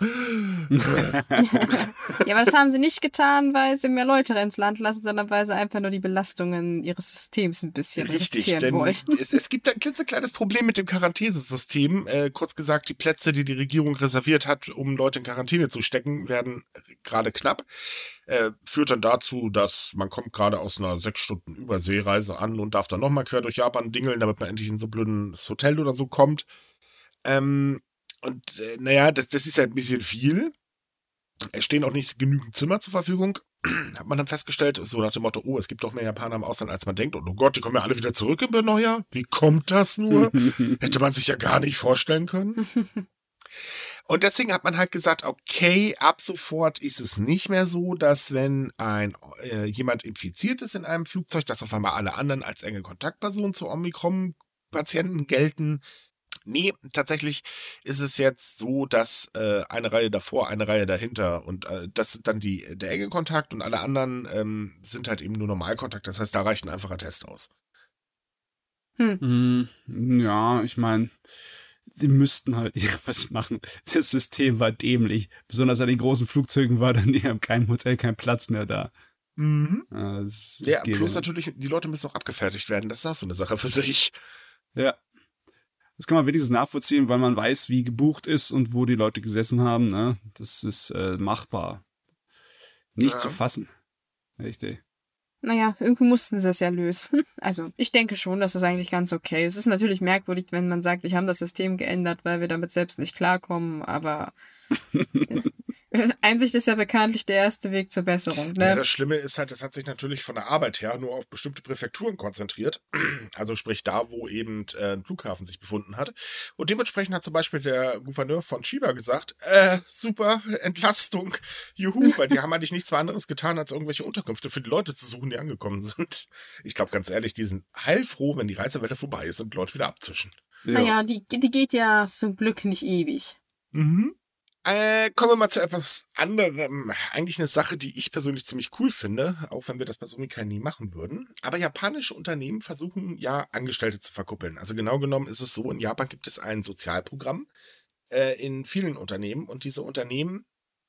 Ja, aber das haben sie nicht getan, weil sie mehr Leute ins Land lassen, sondern weil sie einfach nur die Belastungen ihres Systems ein bisschen Richtig, reduzieren denn wollten. es, es gibt ein klitzekleines Problem mit dem Quarantänesystem. Äh, kurz gesagt, die Plätze, die die Regierung reserviert hat, um Leute in Quarantäne zu stecken, werden gerade knapp. Äh, führt dann dazu, dass man kommt gerade aus einer sechs Stunden Überseereise an und darf dann nochmal quer durch Japan dingeln, damit man endlich in so ein blödes Hotel oder so kommt. Ähm, und äh, naja, das, das ist ja ein bisschen viel. Es stehen auch nicht genügend Zimmer zur Verfügung. Hat man dann festgestellt, so nach dem Motto, oh, es gibt doch mehr Japaner im Ausland, als man denkt. Und oh Gott, die kommen ja alle wieder zurück im Neujahr. Wie kommt das nur? Hätte man sich ja gar nicht vorstellen können. Und deswegen hat man halt gesagt, okay, ab sofort ist es nicht mehr so, dass wenn ein äh, jemand infiziert ist in einem Flugzeug, dass auf einmal alle anderen als enge Kontaktpersonen zu Omikron-Patienten gelten. Nee, tatsächlich ist es jetzt so, dass äh, eine Reihe davor, eine Reihe dahinter und äh, das ist dann die, der enge Kontakt und alle anderen ähm, sind halt eben nur Normalkontakt. Das heißt, da reicht ein einfacher Test aus. Hm, ja, ich meine, die müssten halt irgendwas machen. Das System war dämlich. Besonders an den großen Flugzeugen war dann in keinem Hotel kein Platz mehr da. Mhm. Ja, das, das Ja, geht plus ja. natürlich, die Leute müssen auch abgefertigt werden. Das ist auch so eine Sache für sich. Ja. Das kann man wenigstens nachvollziehen, weil man weiß, wie gebucht ist und wo die Leute gesessen haben. Ne? Das ist äh, machbar. Nicht Ja. zu fassen. Richtig. Naja, irgendwie mussten sie es ja lösen. Also ich denke schon, dass das eigentlich ganz okay ist. Es ist natürlich merkwürdig, wenn man sagt, ich habe das System geändert, weil wir damit selbst nicht klarkommen, aber Einsicht ist ja bekanntlich der erste Weg zur Besserung, ne? Ja, das Schlimme ist halt, das hat sich natürlich von der Arbeit her nur auf bestimmte Präfekturen konzentriert. Also sprich da, wo eben äh, ein Flughafen sich befunden hat. Und dementsprechend hat zum Beispiel der Gouverneur von Chiba gesagt, äh, super, Entlastung, juhu, weil die haben eigentlich nichts anderes getan, als irgendwelche Unterkünfte für die Leute zu suchen, die angekommen sind. Ich glaube, ganz ehrlich, die sind heilfroh, wenn die Reisewelle vorbei ist und Leute wieder abzischen. Ja. Naja, die, die geht ja zum Glück nicht ewig. Mhm. Äh, kommen wir mal zu etwas anderem. Eigentlich eine Sache, die ich persönlich ziemlich cool finde, auch wenn wir das bei Sumikai nie machen würden. Aber japanische Unternehmen versuchen ja, Angestellte zu verkuppeln. Also genau genommen ist es so, in Japan gibt es ein Sozialprogramm äh, in vielen Unternehmen und diese Unternehmen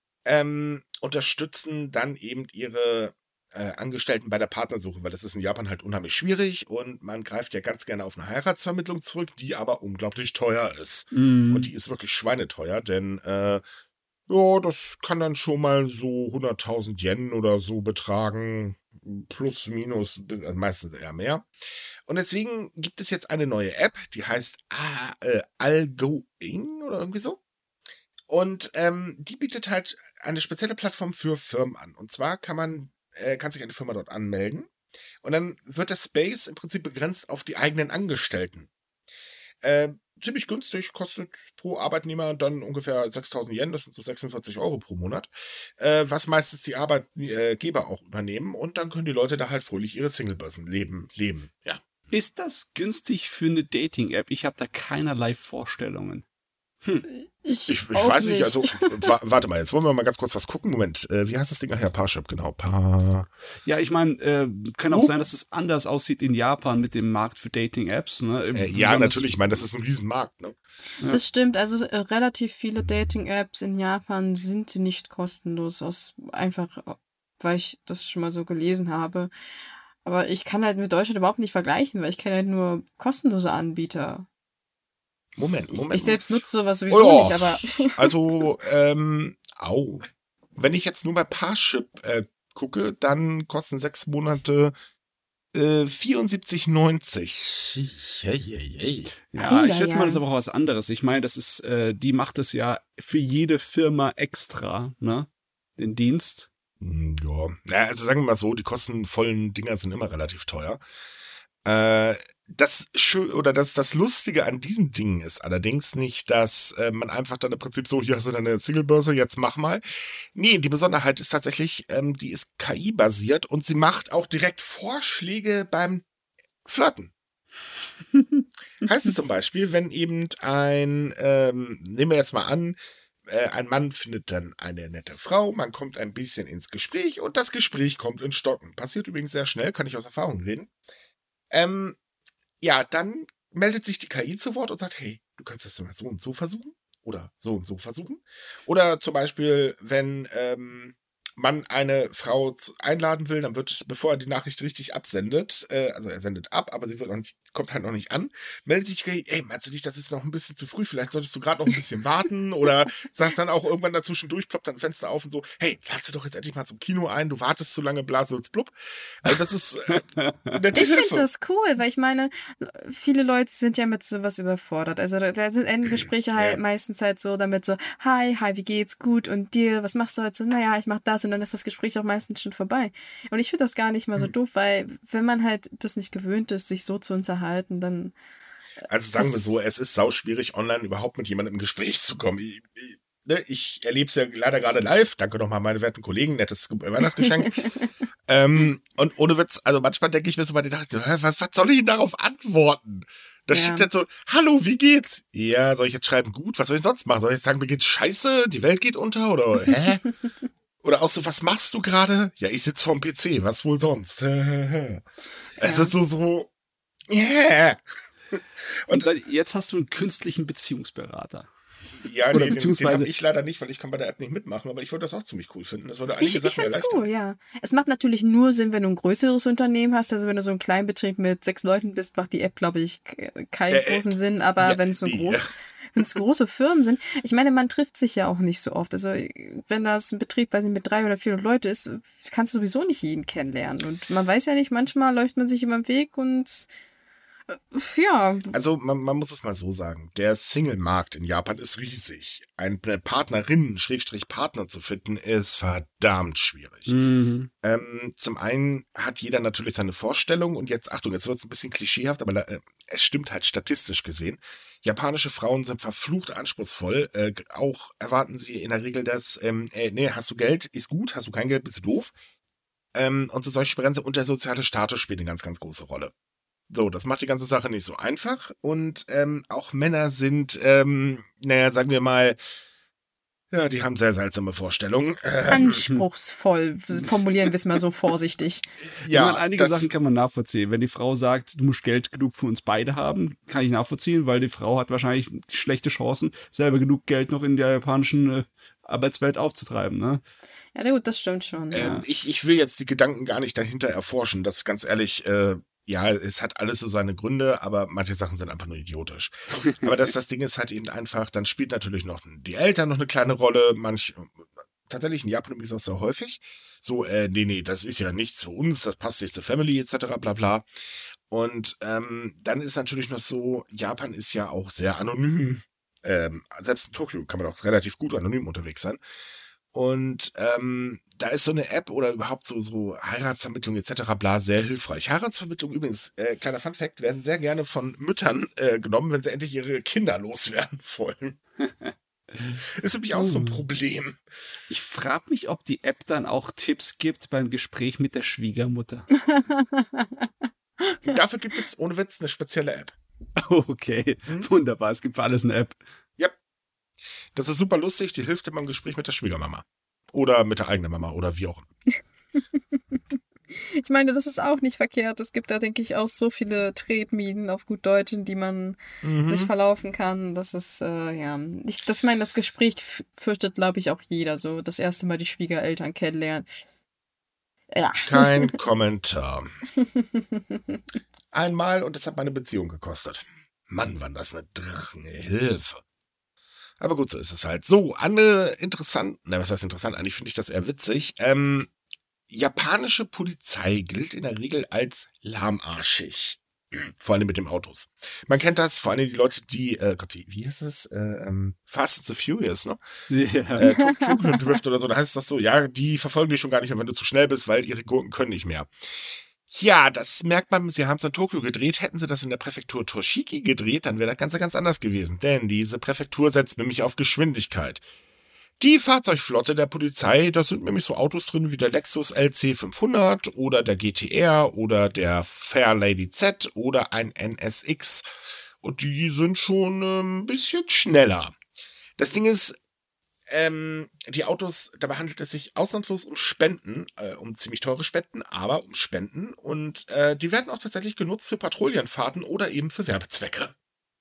ähm, unterstützen dann eben ihre äh, Angestellten bei der Partnersuche, weil das ist in Japan halt unheimlich schwierig und man greift ja ganz gerne auf eine Heiratsvermittlung zurück, die aber unglaublich teuer ist. Mhm. Und die ist wirklich schweineteuer, denn äh, ja, das kann dann schon mal so hunderttausend Yen oder so betragen, plus, minus, äh, meistens eher mehr. Und deswegen gibt es jetzt eine neue App, die heißt ah, äh, Allgoing oder irgendwie so. Und ähm, die bietet halt eine spezielle Plattform für Firmen an. Und zwar kann man, äh, kann sich eine Firma dort anmelden. Und dann wird der Space im Prinzip begrenzt auf die eigenen Angestellten. Äh, ziemlich günstig, kostet pro Arbeitnehmer dann ungefähr sechstausend Yen, das sind so sechsundvierzig Euro pro Monat, äh, was meistens die Arbeitgeber auch übernehmen. Und dann können die Leute da halt fröhlich ihre Singlebörsen leben, leben. Ja. Ist das günstig für eine Dating-App? Ich habe da keinerlei Vorstellungen. Hm. Ich, Ich, ich auch weiß nicht, also wa warte mal, jetzt wollen wir mal ganz kurz was gucken. Moment, äh, wie heißt das Ding nachher? Parship, genau. Pa Ja, ich meine, äh, kann auch Oh. sein, dass es anders aussieht in Japan mit dem Markt für Dating-Apps. Ne? äh, ja, Besonders- natürlich, ich meine, das ist ein Riesenmarkt. Ne? Das stimmt, also äh, relativ viele Dating-Apps in Japan sind nicht kostenlos, aus einfach, äh, weil ich das schon mal so gelesen habe. Aber ich kann halt mit Deutschland überhaupt nicht vergleichen, weil ich kenne halt nur kostenlose Anbieter. Moment, Ich, Moment. ich selbst nutze sowas sowieso Oh ja. nicht, aber Also, ähm, au. Wenn ich jetzt nur bei Parship äh, gucke, dann kosten sechs Monate äh, vierundsiebzig neunzig. Hey, hey, hey. Ja, ich schätze Eieiei. mal, das ist aber auch was anderes. Ich meine, das ist, äh, die macht es ja für jede Firma extra, ne? Den Dienst. Hm, Ja, naja, also sagen wir mal so, die kostenvollen Dinger sind immer relativ teuer. Äh, das schön oder das, das Lustige an diesen Dingen ist allerdings nicht, dass äh, man einfach dann im Prinzip so, hier hast du deine Singlebörse, jetzt mach mal. Nee, die Besonderheit ist tatsächlich, ähm, die ist K I-basiert und sie macht auch direkt Vorschläge beim Flirten. Heißt es zum Beispiel, wenn eben ein, ähm, nehmen wir jetzt mal an, äh, ein Mann findet dann eine nette Frau, man kommt ein bisschen ins Gespräch und das Gespräch kommt in Stocken. Passiert übrigens sehr schnell, kann ich aus Erfahrung reden. Ähm, ja, dann meldet sich die K I zu Wort und sagt, hey, du kannst das mal so und so versuchen oder so und so versuchen. Oder zum Beispiel, wenn ähm, man eine Frau zu- einladen will, dann wird es, bevor er die Nachricht richtig absendet, äh, also er sendet ab, aber sie wird noch nicht, kommt halt noch nicht an, meldet sich die K I, ey, meinst du nicht, das ist noch ein bisschen zu früh, vielleicht solltest du gerade noch ein bisschen warten oder sagt dann auch irgendwann dazwischendurch, ploppt dann ein Fenster auf und so, hey, lad sie doch jetzt endlich mal zum Kino ein, du wartest zu lange, blase uns blub. Also das ist äh, nette ich Hilfe. finde das cool, weil ich meine, viele Leute sind ja mit sowas überfordert. Also da, da sind Endgespräche halt Ja. meistens halt so damit so, hi, hi, wie geht's, gut und dir, was machst du heute? So, naja, ich mach das und dann ist das Gespräch auch meistens schon vorbei. Und ich finde das gar nicht mal so Hm. doof, weil wenn man halt das nicht gewöhnt ist, sich so zu unterhalten, dann Also sagen wir das- so, es ist sauschwierig, online überhaupt mit jemandem im Gespräch zu kommen. Ich, ich, ne, ich erlebe es ja leider gerade live. Danke nochmal, meine werten Kollegen, nettes Ge- Weihnachtsgeschenk. ähm, und ohne Witz, also manchmal denke ich mir so bei den Nachrichten, hä, was, was soll ich denn darauf antworten? Da Ja. steht dann so, hallo, wie geht's? Ja, soll ich jetzt schreiben, gut? Was soll ich sonst machen? Soll ich jetzt sagen, mir geht's scheiße, die Welt geht unter? Oder hä? Oder auch so, was machst du gerade? Ja, ich sitze vorm P C, was wohl sonst? Es Ja. ist so, so, yeah. Und jetzt hast du einen künstlichen Beziehungsberater. Ja, Oder nee, den, den beziehungsweise- habe ich leider nicht, weil ich kann bei der App nicht mitmachen, aber ich würde das auch ziemlich cool finden. Das würde einige Ich, ich Sachen find's erleichtern. cool, ja. Es macht natürlich nur Sinn, wenn du ein größeres Unternehmen hast. Also wenn du so ein Kleinbetrieb mit sechs Leuten bist, macht die App, glaube ich, k- keinen Äh, äh, großen Sinn. Aber ja, wenn es so nee. groß, wenn es große Firmen sind, ich meine, man trifft sich ja auch nicht so oft. Also wenn das ein Betrieb, weiß ich, mit drei oder vierhundert Leute ist, kannst du sowieso nicht jeden kennenlernen. Und man weiß ja nicht, manchmal läuft man sich über den Weg und Ja, Also man, man muss es mal so sagen, der Single-Markt in Japan ist riesig. Eine Partnerin, Schrägstrich Partner zu finden, ist verdammt schwierig. Mhm. Ähm, zum einen hat jeder natürlich seine Vorstellung und jetzt, Achtung, jetzt wird es ein bisschen klischeehaft, aber äh, es stimmt halt statistisch gesehen. Japanische Frauen sind verflucht anspruchsvoll. Äh, auch erwarten sie in der Regel, dass, ähm, äh, nee, hast du Geld, ist gut, hast du kein Geld, bist du doof. Ähm, und so solche Grenze und der soziale Status spielt eine ganz, ganz große Rolle. So, das macht die ganze Sache nicht so einfach. Und ähm, auch Männer sind, ähm, naja, sagen wir mal, ja, die haben sehr seltsame Vorstellungen. Ähm, anspruchsvoll, formulieren wir es mal so vorsichtig. Ich meine, ja, einige Sachen das, kann man nachvollziehen. Wenn die Frau sagt, du musst Geld genug für uns beide haben, kann ich nachvollziehen, weil die Frau hat wahrscheinlich schlechte Chancen, selber genug Geld noch in der japanischen äh, Arbeitswelt aufzutreiben. Ne? Ja, na gut, das stimmt schon. ähm, Ja. ich, ich will jetzt die Gedanken gar nicht dahinter erforschen. Das ist ganz ehrlich, äh, ja, es hat alles so seine Gründe, aber manche Sachen sind einfach nur idiotisch. Aber das, das Ding ist halt eben einfach, dann spielt natürlich noch die Eltern noch eine kleine Rolle. Manch, tatsächlich in Japan übrigens auch sehr häufig. So, äh, nee, nee, das ist ja nichts für uns, das passt nicht zur Family, et cetera, bla bla. Und ähm, dann ist natürlich noch so, Japan ist ja auch sehr anonym. Ähm, selbst in Tokio kann man auch relativ gut anonym unterwegs sein. Und ähm, da ist so eine App oder überhaupt so, so Heiratsvermittlung et cetera bla sehr hilfreich. Heiratsvermittlung übrigens, äh, kleiner Funfact, werden sehr gerne von Müttern äh, genommen, wenn sie endlich ihre Kinder loswerden wollen. Ist nämlich auch so ein Problem. Ich frage mich, ob die App dann auch Tipps gibt beim Gespräch mit der Schwiegermutter. Dafür gibt es ohne Witz eine spezielle App. Okay, Hm? wunderbar. Es gibt für alles eine App. Ja, das ist super lustig, die hilft immer im Gespräch mit der Schwiegermama. Oder mit der eigenen Mama oder wie auch immer. Ich meine, das ist auch nicht verkehrt. Es gibt da, denke ich, auch so viele Tretminen auf gut Deutsch, in die man sich Mhm. verlaufen kann. Das ist, äh, ja. Ich, das meine, das Gespräch f- fürchtet, glaube ich, auch jeder so. Das erste Mal die Schwiegereltern kennenlernen. Ja. Kein Kommentar. Einmal und das hat meine Beziehung gekostet. Mann, wann das eine Drachenhilfe. Aber gut, so ist es halt. So, andere interessant, na, was heißt interessant? Eigentlich finde ich das eher witzig. Ähm, japanische Polizei gilt in der Regel als lahmarschig. Vor allem mit den Autos. Man kennt das, vor allem die Leute, die, äh, Gott, wie, wie heißt es? Äh, ähm, Fast and the Furious, ne? Ja. Äh, To- Tokyo Drift oder so, da heißt es doch so, ja, die verfolgen dich schon gar nicht mehr, wenn du zu schnell bist, weil ihre Gurken können nicht mehr. Ja, das merkt man, sie haben es in Tokio gedreht. Hätten sie das in der Präfektur Toshiki gedreht, dann wäre das Ganze ganz anders gewesen. Denn diese Präfektur setzt nämlich auf Geschwindigkeit. Die Fahrzeugflotte der Polizei, da sind nämlich so Autos drin wie der Lexus L C fünfhundert oder der G T R oder der Fairlady Z oder ein N S X. Und die sind schon ähm, ein bisschen schneller. Das Ding ist, ähm, die Autos, dabei handelt es sich ausnahmslos um Spenden, äh, um ziemlich teure Spenden, aber um Spenden. Und äh, die werden auch tatsächlich genutzt für Patrouillenfahrten oder eben für Werbezwecke.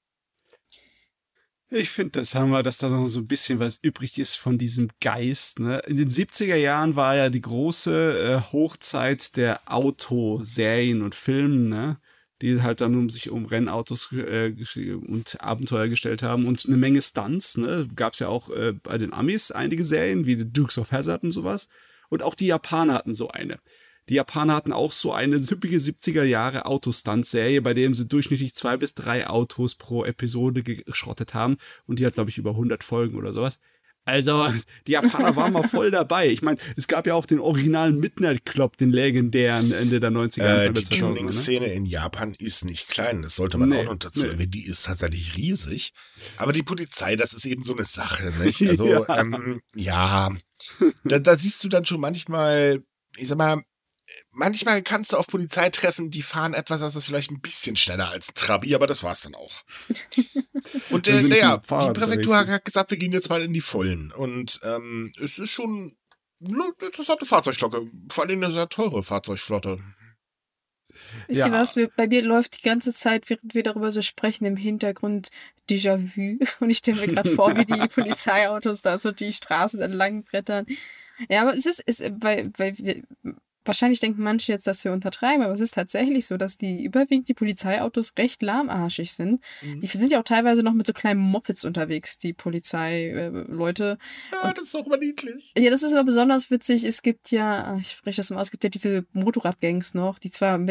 Ich finde das Hammer, dass da noch so ein bisschen was übrig ist von diesem Geist. Ne? In den siebziger Jahren war ja die große äh, Hochzeit der Autoserien und Filmen, ne? Die halt dann um sich um Rennautos äh, gesch- und Abenteuer gestellt haben und eine Menge Stunts. Ne? Gab es ja auch äh, bei den Amis einige Serien, wie The Dukes of Hazzard und sowas. Und auch die Japaner hatten so eine. Die Japaner hatten auch so eine süppige siebziger Jahre Autostunt-Serie, bei dem sie durchschnittlich zwei bis drei Autos pro Episode geschrottet haben. Und die hat, glaube ich, über hundert Folgen oder sowas. Also, die Japaner waren mal voll dabei. Ich meine, es gab ja auch den originalen Midnight Club, den legendären Ende der neunziger, Äh, Anfang die der zweitausender. Ne? Tuning-Szene in Japan ist nicht klein. Das sollte man auch Nee, noch dazu nee. erwähnen. Die ist tatsächlich riesig. Aber die Polizei, das ist eben so eine Sache, nicht? Also, Ja. ähm, ja, da, da siehst du dann schon manchmal, ich sag mal, manchmal kannst du auf Polizei treffen, die fahren etwas, das ist vielleicht ein bisschen schneller als ein Trabi, aber das war's dann auch. Und Wenn äh, sie nicht naja, mit dem Fahrrad die Präfektur unterwegs hat gesagt, wir gehen jetzt mal in die Vollen. Und ähm, es ist schon eine interessante Fahrzeugflotte. Vor allem eine sehr teure Fahrzeugflotte. Wisst ihr Ja. was? Wir, bei mir läuft die ganze Zeit, während wir darüber so sprechen, im Hintergrund Déjà-vu. Und ich stelle mir gerade vor, wie die Polizeiautos da so die Straßen entlang brettern. Ja, aber es ist, ist weil, weil wir, wahrscheinlich denken manche jetzt, dass wir untertreiben, aber es ist tatsächlich so, dass die überwiegend die Polizeiautos recht lahmarschig sind. Mhm. Die sind ja auch teilweise noch mit so kleinen Mopeds unterwegs, die Polizeileute. Ja, Und das ist doch mal niedlich. ja, das ist aber besonders witzig. Es gibt ja, ich spreche das mal aus, es gibt ja diese Motorradgangs noch, die zwar mit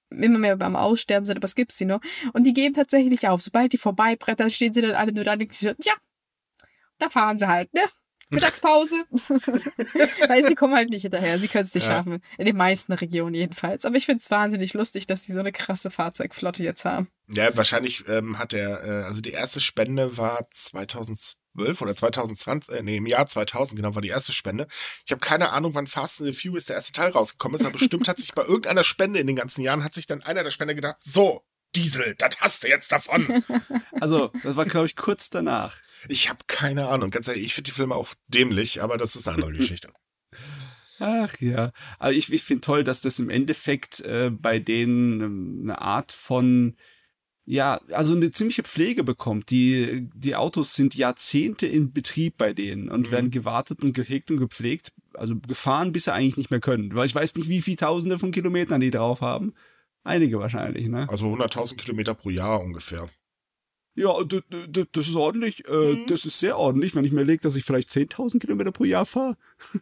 immer mehr beim Aussterben sind, aber es gibt sie noch. Und die geben tatsächlich auf. Sobald die vorbeibrettern, stehen sie dann alle nur da und denken sich, ja, da fahren sie halt, ne? Mittagspause. Weil sie kommen halt nicht hinterher. Sie können es nicht Ja. schaffen. In den meisten Regionen jedenfalls. Aber ich finde es wahnsinnig lustig, dass die so eine krasse Fahrzeugflotte jetzt haben. Ja, wahrscheinlich ähm, hat der, äh, also die erste Spende war zweitausendzwölf oder zweitausendzwanzig, äh, nee, im Jahr zweitausend, genau, war die erste Spende. Ich habe keine Ahnung, wann Fast and the Furious der erste Teil rausgekommen ist, aber bestimmt hat sich bei irgendeiner Spende in den ganzen Jahren, hat sich dann einer der Spender gedacht, so, Diesel, das hast du jetzt davon. Also, das war, glaube ich, kurz danach. Ich habe keine Ahnung, ganz ehrlich, ich finde die Filme auch dämlich, aber das ist eine andere Geschichte. Ach ja, aber ich, ich finde toll, dass das im Endeffekt äh, bei denen ähm, eine Art von, ja, also eine ziemliche Pflege bekommt. Die, die Autos sind Jahrzehnte in Betrieb bei denen und Mhm. werden gewartet und gehegt und gepflegt, also gefahren, bis sie eigentlich nicht mehr können. Weil ich weiß nicht, wie viele Tausende von Kilometern die drauf haben. Einige wahrscheinlich, ne? Also hunderttausend Kilometer pro Jahr ungefähr. Ja, d- d- d- das ist ordentlich. Äh, Mhm. Das ist sehr ordentlich, wenn ich mir lege, dass ich vielleicht zehntausend Kilometer pro Jahr fahre.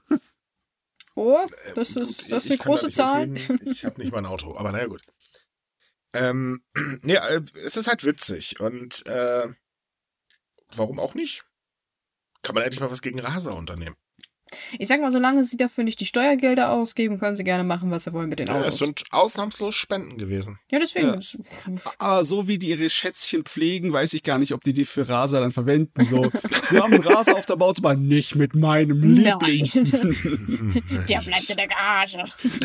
Oh, das Gut, ist, ich- das ich sind kann da große nicht Zahlen. mitreden. Ich habe nicht mal ein Auto, aber naja, gut. Ähm, nee, äh, es ist halt witzig und äh, warum auch nicht? Kann man endlich mal was gegen Raser unternehmen. Ich sag mal, solange sie dafür nicht die Steuergelder ausgeben, können sie gerne machen, was sie wollen mit den Ja, es Autos. sind ausnahmslos Spenden gewesen. Ja, deswegen. Ja. das- Aber so wie die ihre Schätzchen pflegen, weiß ich gar nicht, ob die die für Raser dann verwenden. So, wir haben einen Raser auf der Autobahn, nicht mit meinem Liebling. Der bleibt in der Garage.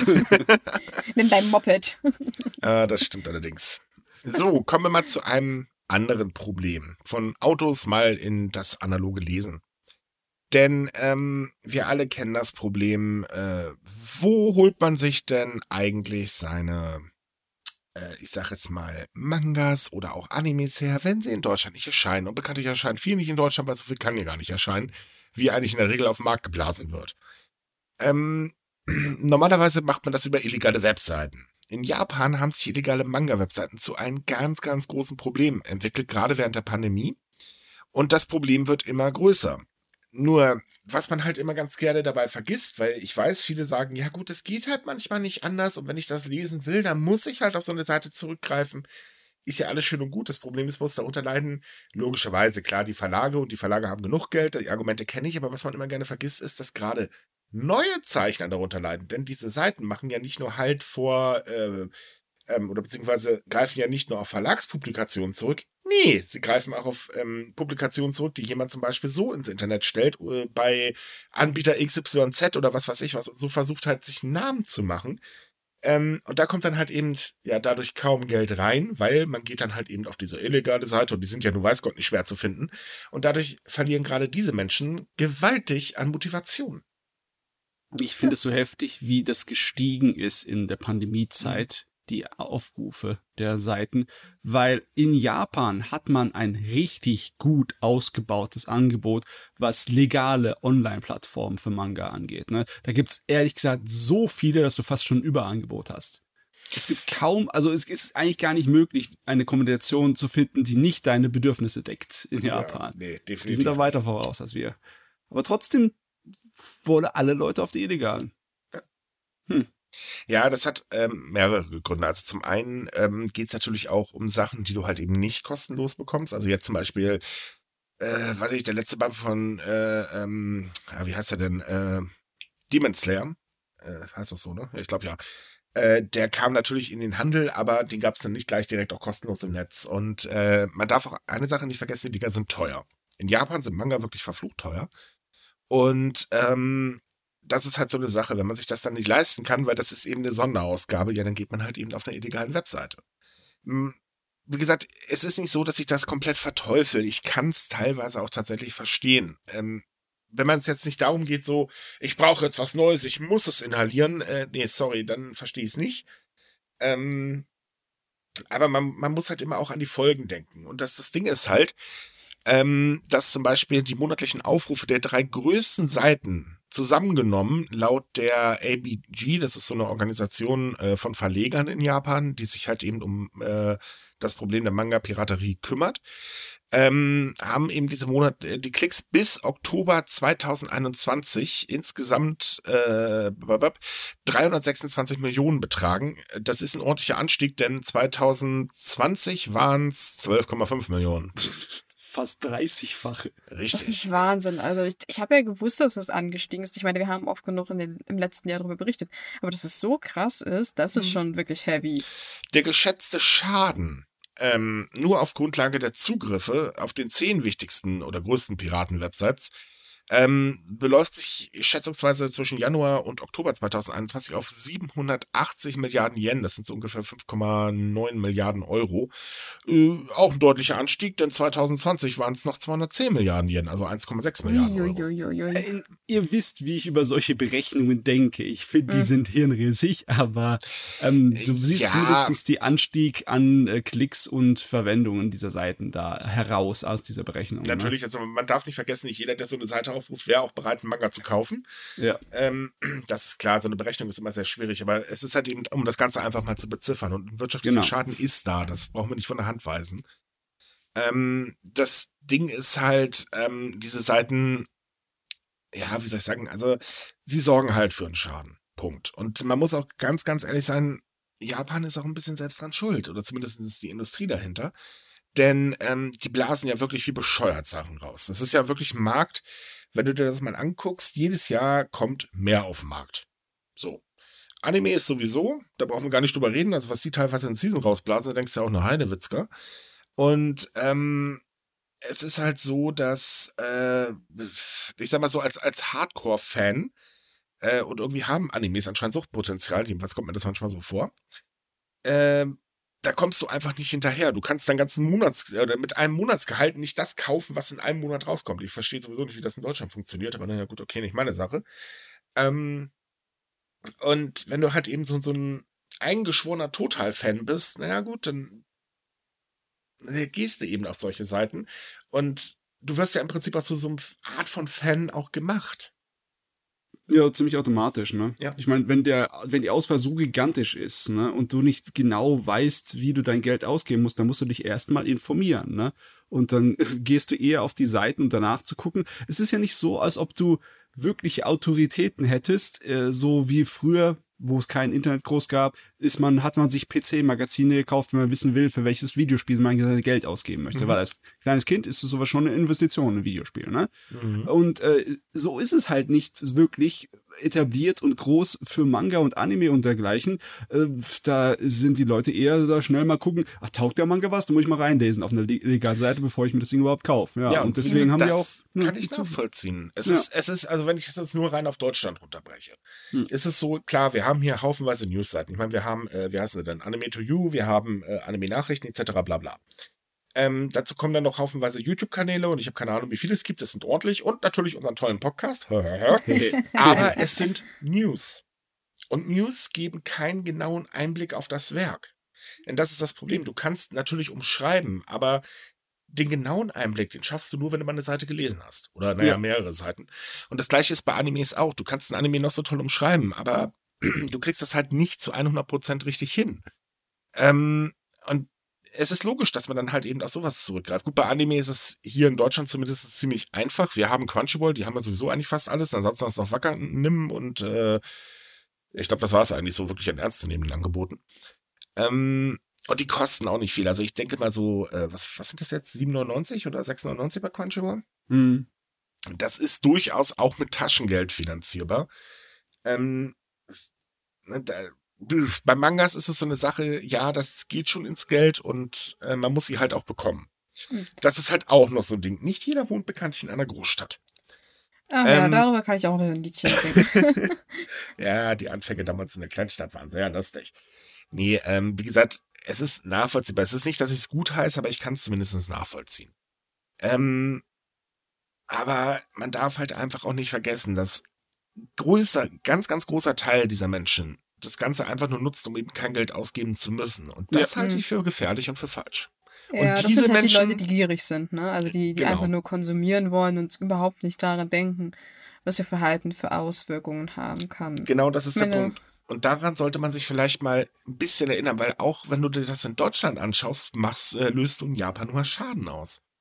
Nimm dein Moped. Äh, das stimmt allerdings. So, kommen wir mal zu einem anderen Problem. Von Autos mal in das analoge Lesen. Denn ähm, wir alle kennen das Problem, äh, wo holt man sich denn eigentlich seine, äh, ich sag jetzt mal, Mangas oder auch Animes her, wenn sie in Deutschland nicht erscheinen? Und bekanntlich erscheinen viel nicht in Deutschland, weil so viel kann hier gar nicht erscheinen, wie eigentlich in der Regel auf den Markt geblasen wird. Ähm, normalerweise macht man das über illegale Webseiten. In Japan haben sich illegale Manga-Webseiten zu einem ganz, ganz großen Problem entwickelt, gerade während der Pandemie. Und das Problem wird immer größer. Nur, was man halt immer ganz gerne dabei vergisst, weil ich weiß, viele sagen, ja gut, es geht halt manchmal nicht anders und wenn ich das lesen will, dann muss ich halt auf so eine Seite zurückgreifen. Ist ja alles schön und gut. Das Problem ist, muss darunter leiden, logischerweise, klar, die Verlage und die Verlage haben genug Geld, die Argumente kenne ich, aber was man immer gerne vergisst, ist, dass gerade neue Zeichner darunter leiden, denn diese Seiten machen ja nicht nur Halt vor, äh, ähm, oder beziehungsweise greifen ja nicht nur auf Verlagspublikationen zurück, nee, sie greifen auch auf ähm, Publikationen zurück, die jemand zum Beispiel so ins Internet stellt, äh, bei Anbieter X Y Z oder was weiß ich was, und so versucht halt, sich einen Namen zu machen. Ähm, und da kommt dann halt eben, ja, dadurch kaum Geld rein, weil man geht dann halt eben auf diese illegale Seite und die sind ja nun weiß Gott nicht schwer zu finden. Und dadurch verlieren gerade diese Menschen gewaltig an Motivation. Ich finde es so heftig, wie das gestiegen ist in der Pandemiezeit, die Aufrufe der Seiten, weil in Japan hat man ein richtig gut ausgebautes Angebot, was legale Online-Plattformen für Manga angeht. Ne? Da gibt's ehrlich gesagt so viele, dass du fast schon ein Überangebot hast. Es gibt kaum, also es ist eigentlich gar nicht möglich, eine Kombination zu finden, die nicht deine Bedürfnisse deckt in Japan. Ja, nee, Die definitiv. sind da weiter voraus als wir. Aber trotzdem wollen alle Leute auf die Illegalen. Ja, das hat ähm, mehrere Gründe. Also zum einen ähm, geht es natürlich auch um Sachen, die du halt eben nicht kostenlos bekommst. Also jetzt zum Beispiel, äh, weiß ich, der letzte Band von, äh, ähm, ja, wie heißt er denn? Äh, Demon Slayer. Äh, heißt das so, ne? Ich glaube ja. Äh, der kam natürlich in den Handel, aber den gab es dann nicht gleich direkt auch kostenlos im Netz. Und äh, man darf auch eine Sache nicht vergessen, die Dinger sind teuer. In Japan sind Manga wirklich verflucht teuer. Und ähm, das ist halt so eine Sache, wenn man sich das dann nicht leisten kann, weil das ist eben eine Sonderausgabe, ja, dann geht man halt eben auf einer illegalen Webseite. Hm, Wie gesagt, es ist nicht so, dass ich das komplett verteufel. Ich kann es teilweise auch tatsächlich verstehen. Ähm, wenn man es jetzt nicht darum geht, so, ich brauche jetzt was Neues, ich muss es inhalieren, äh, nee, sorry, dann verstehe ich es nicht. Ähm, aber man, man muss halt immer auch an die Folgen denken. Und das, das Ding ist halt, ähm, dass zum Beispiel die monatlichen Aufrufe der drei größten Seiten zusammengenommen, laut der A B G, das ist so eine Organisation äh, von Verlegern in Japan, die sich halt eben um äh, das Problem der Manga-Piraterie kümmert, ähm, haben eben diese Monat, äh, die Klicks bis Oktober zweitausendeinundzwanzig insgesamt äh, dreihundertsechsundzwanzig Millionen betragen. Das ist ein ordentlicher Anstieg, denn zweitausendzwanzig waren es zwölf Komma fünf Millionen. Fast dreißigfache. Richtig. Das ist Wahnsinn. Also ich, ich habe ja gewusst, dass das angestiegen ist. Ich meine, wir haben oft genug in den, im letzten Jahr darüber berichtet. Aber dass es so krass ist, das ist schon wirklich heavy. Der geschätzte Schaden ähm, nur auf Grundlage der Zugriffe auf den zehn wichtigsten oder größten Piraten-Websites ähm, beläuft sich schätzungsweise zwischen Januar und Oktober zweitausendeinundzwanzig auf siebenhundertachtzig Milliarden Yen. Das sind so ungefähr fünf Komma neun Milliarden Euro. Äh, auch ein deutlicher Anstieg, denn zweitausendzwanzig waren es noch zweihundertzehn Milliarden Yen, also eins Komma sechs Milliarden Euro. Uiuiuiui. Äh, Ihr wisst, wie ich über solche Berechnungen denke. Ich finde, die Hm. sind hirnrissig, aber ähm, du siehst Ja. zumindest die Anstieg an äh, Klicks und Verwendungen dieser Seiten da heraus aus dieser Berechnung. Natürlich, also man darf nicht vergessen, nicht jeder, der so eine Seite aufruft, wäre auch bereit, einen Manga zu kaufen. Ne? Ja. Ähm, das ist klar, so eine Berechnung ist immer sehr schwierig, aber es ist halt eben, um das Ganze einfach mal zu beziffern. Und ein wirtschaftlicher Genau. Schaden ist da, das brauchen wir nicht von der Hand weisen. Ähm, das Ding ist halt, ähm, diese Seiten, ja, wie soll ich sagen, also sie sorgen halt für einen Schaden. Punkt. Und man muss auch ganz, ganz ehrlich sein, Japan ist auch ein bisschen selbst dran schuld, oder zumindest ist die Industrie dahinter. Denn ähm, die blasen ja wirklich wie bescheuert Sachen raus. Das ist ja wirklich ein Markt, wenn du dir das mal anguckst, jedes Jahr kommt mehr auf den Markt. So. Anime ist sowieso, da brauchen wir gar nicht drüber reden, also was die teilweise in Season rausblasen, da denkst du ja auch eine Heidewitzka. Und ähm, es ist halt so, dass, äh, ich sag mal so, als, als Hardcore-Fan, äh, und irgendwie haben Animes anscheinend Suchtpotenzial, jedenfalls kommt mir das manchmal so vor, ähm, da kommst du einfach nicht hinterher. Du kannst deinen ganzen Monats, oder mit einem Monatsgehalt nicht das kaufen, was in einem Monat rauskommt. Ich verstehe sowieso nicht, wie das in Deutschland funktioniert, aber naja, gut, okay, nicht meine Sache. Ähm, und wenn du halt eben so, so ein eingeschworener Total-Fan bist, naja, gut, dann äh, gehst du eben auf solche Seiten. Und du wirst ja im Prinzip aus so, so einer Art von Fan auch gemacht. Ja, ziemlich automatisch, ne? Ja. Ich meine, wenn der, wenn die Auswahl so gigantisch ist, ne, und du nicht genau weißt, wie du dein Geld ausgeben musst, dann musst du dich erstmal informieren, ne? Und dann gehst du eher auf die Seiten, um danach zu gucken. Es ist ja nicht so, als ob du wirkliche Autoritäten hättest, äh, so wie früher, wo es kein Internet groß gab, ist man, hat man sich P C-Magazine gekauft, wenn man wissen will, für welches Videospiel man sein Geld ausgeben möchte. Mhm. Weil als kleines Kind ist es sowas schon eine Investition, ein Videospiel, ne? Mhm. Und äh, so ist es halt nicht wirklich etabliert und groß für Manga und Anime und dergleichen. Äh, da sind die Leute eher da schnell mal gucken, ach, taugt der Manga was? Da muss ich mal reinlesen auf einer legalen Seite, bevor ich mir das Ding überhaupt kaufe. Ja, Ja, und deswegen haben das wir auch... ne, kann ich zu- nachvollziehen. Es Ja. ist, es ist, also wenn ich das jetzt nur rein auf Deutschland runterbreche, Hm. ist es so, klar, wir haben hier haufenweise Newsseiten. Ich meine, wir haben, äh, wie heißt es denn, Anime to You, wir haben äh, Anime-Nachrichten et cetera bla bla. Ähm, dazu kommen dann noch haufenweise YouTube-Kanäle und ich habe keine Ahnung, wie viele es gibt. Das sind ordentlich und natürlich unseren tollen Podcast. Aber es sind News. Und News geben keinen genauen Einblick auf das Werk. Denn das ist das Problem. Du kannst natürlich umschreiben, aber den genauen Einblick, den schaffst du nur, wenn du mal eine Seite gelesen hast. Oder, naja, Ja. mehrere Seiten. Und das Gleiche ist bei Animes auch. Du kannst ein Anime noch so toll umschreiben, aber du kriegst das halt nicht zu hundert Prozent richtig hin. Ähm, und es ist logisch, dass man dann halt eben auf sowas zurückgreift. Gut, bei Anime ist es hier in Deutschland zumindest ziemlich einfach. Wir haben Crunchyroll, die haben ja sowieso eigentlich fast alles. Ansonsten hast du noch Wacker, Nimm und äh, ich glaube, das war es eigentlich so wirklich an ernstzunehmenden Angeboten. Ähm, und die kosten auch nicht viel. Also ich denke mal so, äh, was, was sind das jetzt? sieben neunundneunzig oder sechs neunundneunzig bei Crunchyroll? Hm. Das ist durchaus auch mit Taschengeld finanzierbar. Ähm, ne, da, bei Mangas ist es so eine Sache, ja, das geht schon ins Geld und äh, man muss sie halt auch bekommen. Hm. Das ist halt auch noch so ein Ding. Nicht jeder wohnt bekanntlich in einer Großstadt. Ach ja, Ähm. darüber kann ich auch noch ein Liedchen singen. Ja, die Anfänge damals in der Kleinstadt waren sehr lustig. Nee, ähm, wie gesagt, es ist nachvollziehbar. Es ist nicht, dass ich es gut heiße, aber ich kann es zumindest nachvollziehen. Ähm, aber man darf halt einfach auch nicht vergessen, dass größer, ganz, ganz großer Teil dieser Menschen das Ganze einfach nur nutzt, um eben kein Geld ausgeben zu müssen. Und das Ja. halte ich für gefährlich und für falsch. Ja, das diese sind halt die Menschen- Leute, die gierig sind, ne? Also die, die Genau. einfach nur konsumieren wollen und überhaupt nicht daran denken, was ihr Verhalten für Auswirkungen haben kann. Genau, das ist der Meine- Punkt. Und daran sollte man sich vielleicht mal ein bisschen erinnern, weil auch wenn du dir das in Deutschland anschaust, machst, äh, löst du in Japan nur Schaden aus.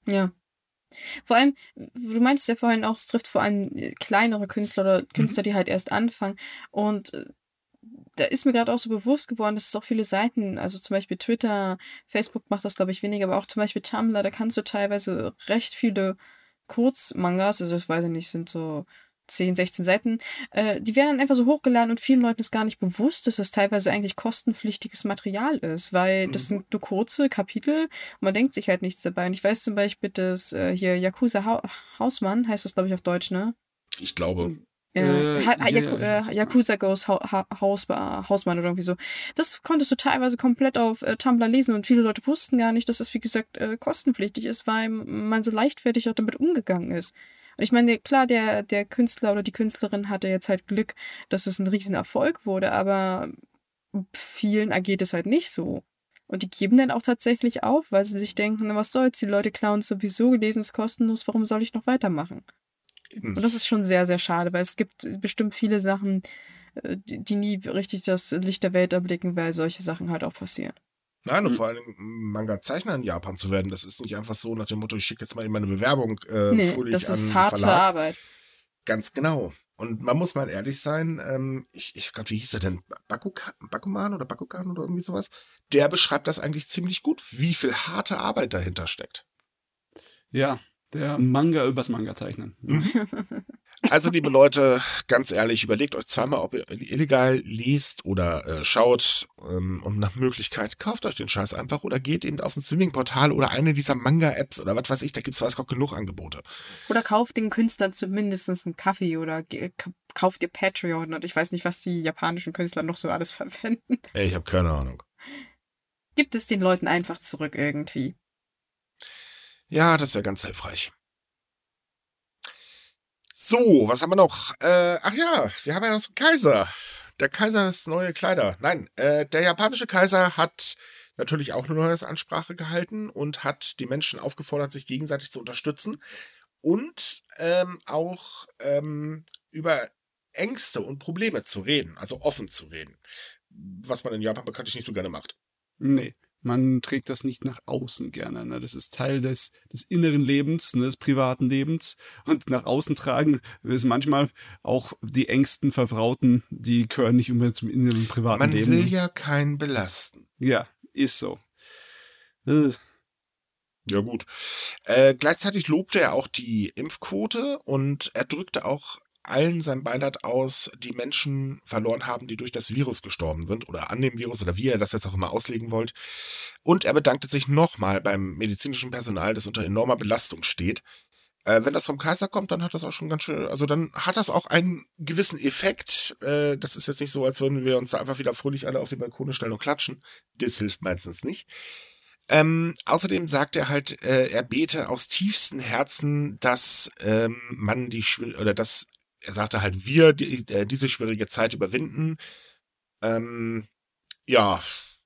Ja. Vor allem, du meintest ja vorhin auch, es trifft vor allem äh, kleinere Künstler oder Künstler, Mhm. die halt erst anfangen. Und äh, da ist mir gerade auch so bewusst geworden, dass es auch viele Seiten, also zum Beispiel Twitter, Facebook macht das, glaube ich, weniger, aber auch zum Beispiel Tumblr, da kannst du teilweise recht viele Kurzmangas, also ich weiß nicht, sind so zehn, sechzehn Seiten, äh, die werden dann einfach so hochgeladen und vielen Leuten ist gar nicht bewusst, dass das teilweise eigentlich kostenpflichtiges Material ist, weil das Mhm. sind nur kurze Kapitel und man denkt sich halt nichts dabei. Und ich weiß zum Beispiel, dass äh, hier Yakuza Hau Hausmann, heißt das, glaube ich, auf Deutsch, ne? Ich glaube. Ja, Äh, ha ha ja, Yaku ja, ich weiß, äh, was du meinst. Yakuza Goes Hau ha Haus Hausmann oder irgendwie so. Das konntest du teilweise komplett auf äh, Tumblr lesen und viele Leute wussten gar nicht, dass das, wie gesagt, äh, kostenpflichtig ist, weil man so leichtfertig auch damit umgegangen ist. Und ich meine, klar, der, der Künstler oder die Künstlerin hatte jetzt halt Glück, dass es ein Riesenerfolg wurde, aber vielen ergeht es halt nicht so. Und die geben dann auch tatsächlich auf, weil sie sich denken, na, was soll's, die Leute klauen es sowieso, lesen es kostenlos, warum soll ich noch weitermachen? Eben. Und das ist schon sehr, sehr schade, weil es gibt bestimmt viele Sachen, äh, die, die nie richtig das Licht der Welt erblicken, weil solche Sachen halt auch passieren. Nein, und Mhm. vor allem Manga-Zeichner in Japan zu werden, das ist nicht einfach so nach dem Motto, ich schicke jetzt mal eben meine Bewerbung äh, Nee, das fröhlich an ist einen harte Verlag. Arbeit. Ganz genau. Und man muss mal ehrlich sein, ähm, ich, ich glaube, wie hieß er denn? Bakuka, Bakuman oder Bakugan oder irgendwie sowas? Der beschreibt das eigentlich ziemlich gut, wie viel harte Arbeit dahinter steckt. Ja, der Manga übers Manga zeichnen. Ja. Mhm. Also, liebe Leute, ganz ehrlich, überlegt euch zweimal, ob ihr illegal liest oder äh, schaut ähm, und nach Möglichkeit kauft euch den Scheiß einfach oder geht eben auf ein Streaming-Portal oder eine dieser Manga-Apps oder was weiß ich, da gibt es weiß Gott genug Angebote. Oder kauft den Künstlern zumindest einen Kaffee oder ge- ka- kauft ihr Patreon und ich weiß nicht, was die japanischen Künstler noch so alles verwenden. Ey, ich habe keine Ahnung. Gibt es den Leuten einfach zurück irgendwie. Ja, das wäre ganz hilfreich. So, was haben wir noch? Äh, ach ja, wir haben ja noch so einen Kaiser. Der Kaiser ist neue Kleider. Nein, äh, der japanische Kaiser hat natürlich auch eine neue Ansprache gehalten und hat die Menschen aufgefordert, sich gegenseitig zu unterstützen und ähm, auch ähm, über Ängste und Probleme zu reden, also offen zu reden, was man in Japan bekanntlich nicht so gerne macht. Nee, man trägt das nicht nach außen gerne. Ne? Das ist Teil des, des inneren Lebens, ne, des privaten Lebens. Und nach außen tragen ist manchmal auch die engsten Vertrauten, die gehören nicht unbedingt zum inneren privaten Man Leben. will Ne? ja keinen belasten. Ja, ist so. Äh, Ja, gut. Äh, gleichzeitig lobte er auch die Impfquote und er drückte auch allen sein Beileid aus, die Menschen verloren haben, die durch das Virus gestorben sind oder an dem Virus oder wie ihr das jetzt auch immer auslegen wollt. Und er bedankte sich nochmal beim medizinischen Personal, das unter enormer Belastung steht. Äh, wenn das vom Kaiser kommt, dann hat das auch schon ganz schön, also dann hat das auch einen gewissen Effekt. Äh, das ist jetzt nicht so, als würden wir uns da einfach wieder fröhlich alle auf die Balkone stellen und klatschen. Das hilft meistens nicht. Ähm, außerdem sagt er halt, äh, er bete aus tiefstem Herzen, dass ähm, man die schwierige, oder dass, er sagte halt, wir die, äh, diese schwierige Zeit überwinden. Ähm, ja,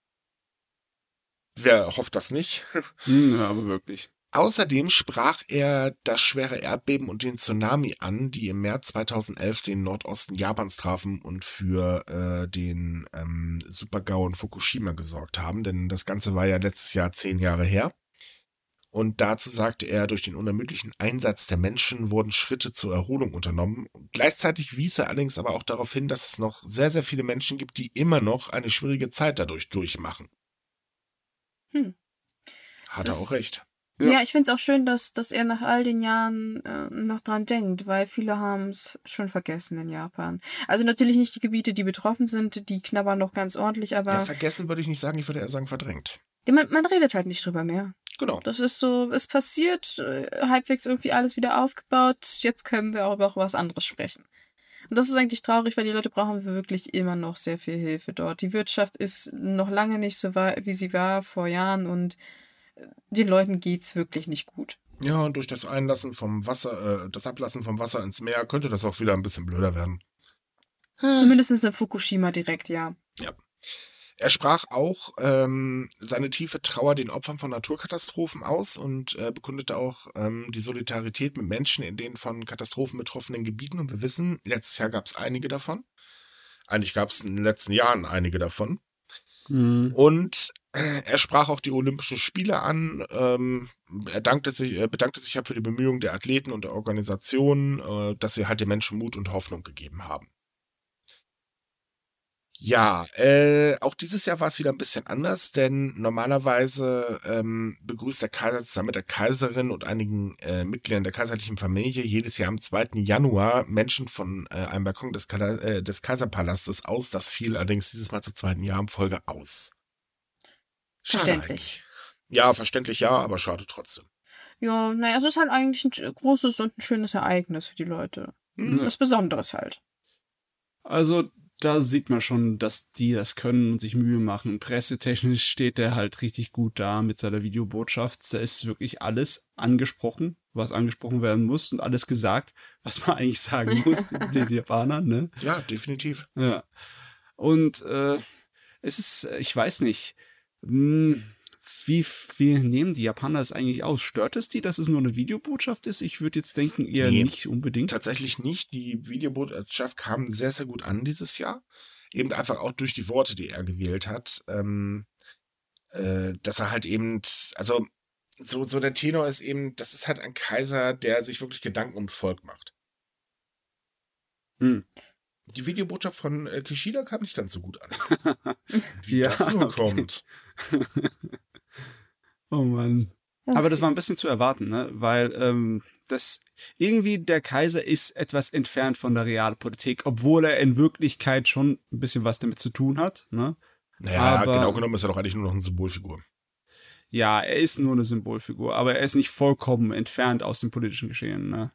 wer hofft das nicht? hm, ja, aber wirklich. Außerdem sprach er das schwere Erdbeben und den Tsunami an, die im März zweitausendelf den Nordosten Japans trafen und für äh, den ähm, Super-GAU in Fukushima gesorgt haben, denn das Ganze war ja letztes Jahr zehn Jahre her. Und dazu sagte er, durch den unermüdlichen Einsatz der Menschen wurden Schritte zur Erholung unternommen. Gleichzeitig wies er allerdings aber auch darauf hin, dass es noch sehr, sehr viele Menschen gibt, die immer noch eine schwierige Zeit dadurch durchmachen. Hm. Hat Es er auch ist, recht. Ja. ja, ich finde es auch schön, dass, dass er nach all den Jahren äh, noch dran denkt, weil viele haben es schon vergessen in Japan. Also natürlich nicht die Gebiete, die betroffen sind, die knabbern noch ganz ordentlich, Ja, aber vergessen würde ich nicht sagen, ich würde eher sagen verdrängt. man, man redet halt nicht drüber mehr. Genau. Das ist so, es passiert, äh, halbwegs irgendwie alles wieder aufgebaut, jetzt können wir auch über was anderes sprechen. Und das ist eigentlich traurig, weil die Leute brauchen wirklich immer noch sehr viel Hilfe dort. Die Wirtschaft ist noch lange nicht so weit, wie sie war vor Jahren und den Leuten geht's wirklich nicht gut. Ja, und durch das Einlassen vom Wasser, äh, das Ablassen vom Wasser ins Meer könnte das auch wieder ein bisschen blöder werden. Zumindest in Fukushima direkt, ja. Ja. Er sprach auch ähm, seine tiefe Trauer den Opfern von Naturkatastrophen aus und äh, bekundete auch ähm, die Solidarität mit Menschen in den von Katastrophen betroffenen Gebieten. Und wir wissen, letztes Jahr gab es einige davon. Eigentlich gab es in den letzten Jahren einige davon. Mhm. Und Er sprach auch die Olympischen Spiele an. Ähm, er dankte sich, er bedankte sich halt für die Bemühungen der Athleten und der Organisation, äh, dass sie halt den Menschen Mut und Hoffnung gegeben haben. Ja, äh, auch dieses Jahr war es wieder ein bisschen anders, denn normalerweise ähm, begrüßt der Kaiser zusammen mit der Kaiserin und einigen äh, Mitgliedern der kaiserlichen Familie jedes Jahr am zweiten Januar Menschen von äh, einem Balkon des, Kala äh, des Kaiserpalastes aus. Das fiel allerdings dieses Mal zum zweiten Jahr in Folge aus. Schade Verständlich. eigentlich. Ja, verständlich ja, aber schade trotzdem. Ja, naja, es ist halt eigentlich ein sch- großes und ein schönes Ereignis für die Leute. Hm. Ja. Was Besonderes halt. Also da sieht man schon, dass die das können und sich Mühe machen. Pressetechnisch steht der halt richtig gut da mit seiner Videobotschaft. Da ist wirklich alles angesprochen, was angesprochen werden muss und alles gesagt, was man eigentlich sagen muss, den Japanern, ne? Ja, definitiv. Ja. Und äh, es ist, ich weiß nicht, mh, wie, wie nehmen die Japaner das eigentlich aus? Stört es die, dass es nur eine Videobotschaft ist? Ich würde jetzt denken, eher Nee. nicht unbedingt. Tatsächlich nicht. Die Videobotschaft kam sehr, sehr gut an dieses Jahr. Eben einfach auch durch die Worte, die er gewählt hat. Ähm, äh, dass er halt eben, also so, so der Tenor ist eben, das ist halt ein Kaiser, der sich wirklich Gedanken ums Volk macht. Hm. Die Videobotschaft von äh, Kishida kam nicht ganz so gut an. Wie Ja, das nur okay. kommt. Oh Mann. Aber das war ein bisschen zu erwarten, ne? Weil ähm, das irgendwie der Kaiser ist etwas entfernt von der Realpolitik, obwohl er in Wirklichkeit schon ein bisschen was damit zu tun hat, ne? Naja, Aber- genau genommen ist er doch eigentlich nur noch eine Symbolfigur. Ja, er ist nur eine Symbolfigur, aber er ist nicht vollkommen entfernt aus dem politischen Geschehen, ne?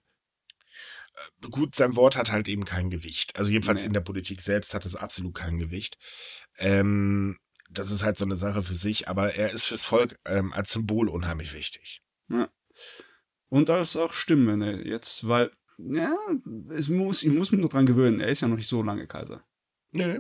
Gut, sein Wort hat halt eben kein Gewicht. Also jedenfalls Nee. in der Politik selbst hat es absolut kein Gewicht. Ähm, das ist halt so eine Sache für sich, aber er ist fürs Volk ähm, als Symbol unheimlich wichtig. Ja. Und da ist auch Stimme, ne? Jetzt, weil, ja, es muss, ich muss mich noch dran gewöhnen. Er ist ja noch nicht so lange Kaiser. Nö.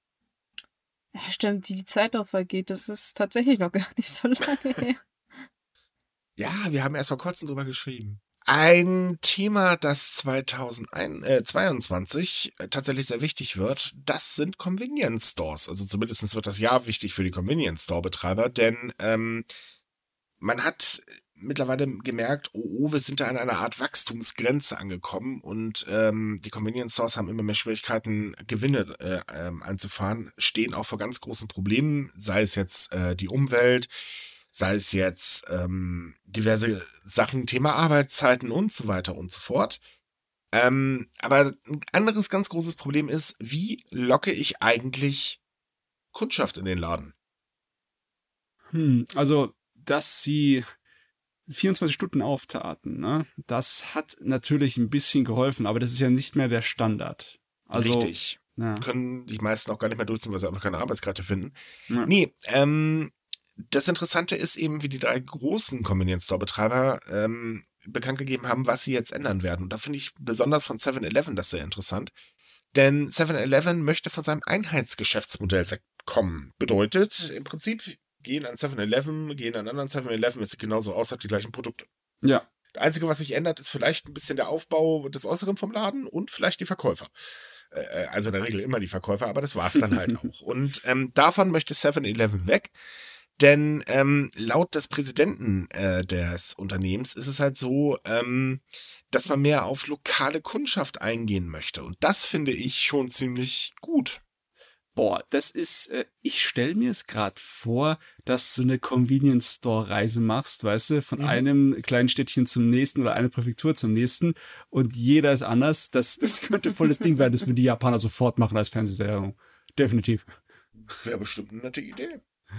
Ja, stimmt, wie die Zeit auch vergeht, das ist tatsächlich noch gar nicht so lange her. Ja, wir haben erst vor kurzem drüber geschrieben. Ein Thema, das zweitausendzweiundzwanzig äh, tatsächlich sehr wichtig wird, das sind Convenience Stores. Also zumindest wird das Jahr wichtig für die Convenience Store Betreiber, denn ähm, man hat mittlerweile gemerkt, oh, oh, wir sind da an einer Art Wachstumsgrenze angekommen und ähm, die Convenience Stores haben immer mehr Schwierigkeiten, Gewinne äh, ähm, einzufahren, stehen auch vor ganz großen Problemen, sei es jetzt äh, die Umwelt, sei es jetzt ähm, diverse Sachen, Thema Arbeitszeiten und so weiter und so fort. Ähm, aber ein anderes ganz großes Problem ist, wie locke ich eigentlich Kundschaft in den Laden? Hm, also, dass sie vierundzwanzig Stunden auftaten, ne? Das hat natürlich ein bisschen geholfen, aber das ist ja nicht mehr der Standard. Also, Richtig. Ja. Können die meisten auch gar nicht mehr durchziehen, weil sie einfach keine Arbeitskräfte finden. Ja. Nee, ähm, das Interessante ist eben, wie die drei großen Convenience Store Betreiber ähm, bekannt gegeben haben, was sie jetzt ändern werden. Und da finde ich besonders von seven eleven das sehr interessant. Denn seven eleven möchte von seinem Einheitsgeschäftsmodell wegkommen. Bedeutet, im Prinzip gehen an seven eleven, gehen an anderen seven eleven, es sieht genauso aus, hat die gleichen Produkte. Ja. Das Einzige, was sich ändert, ist vielleicht ein bisschen der Aufbau des Äußeren vom Laden und vielleicht die Verkäufer. Äh, Also in der Regel immer die Verkäufer, aber das war es dann halt auch. Und ähm, davon möchte seven eleven weg. Denn ähm, laut des Präsidenten äh, des Unternehmens ist es halt so, ähm, dass man mehr auf lokale Kundschaft eingehen möchte. Und das finde ich schon ziemlich gut. Boah, das ist, äh, ich stelle mir es gerade vor, dass du eine Convenience Store Reise machst, weißt du, von Mhm. einem kleinen Städtchen zum nächsten oder einer Präfektur zum nächsten und jeder ist anders. Das, das könnte voll das Ding werden, das würden die Japaner sofort machen als Fernsehserie. Definitiv. Wäre bestimmt eine nette Idee.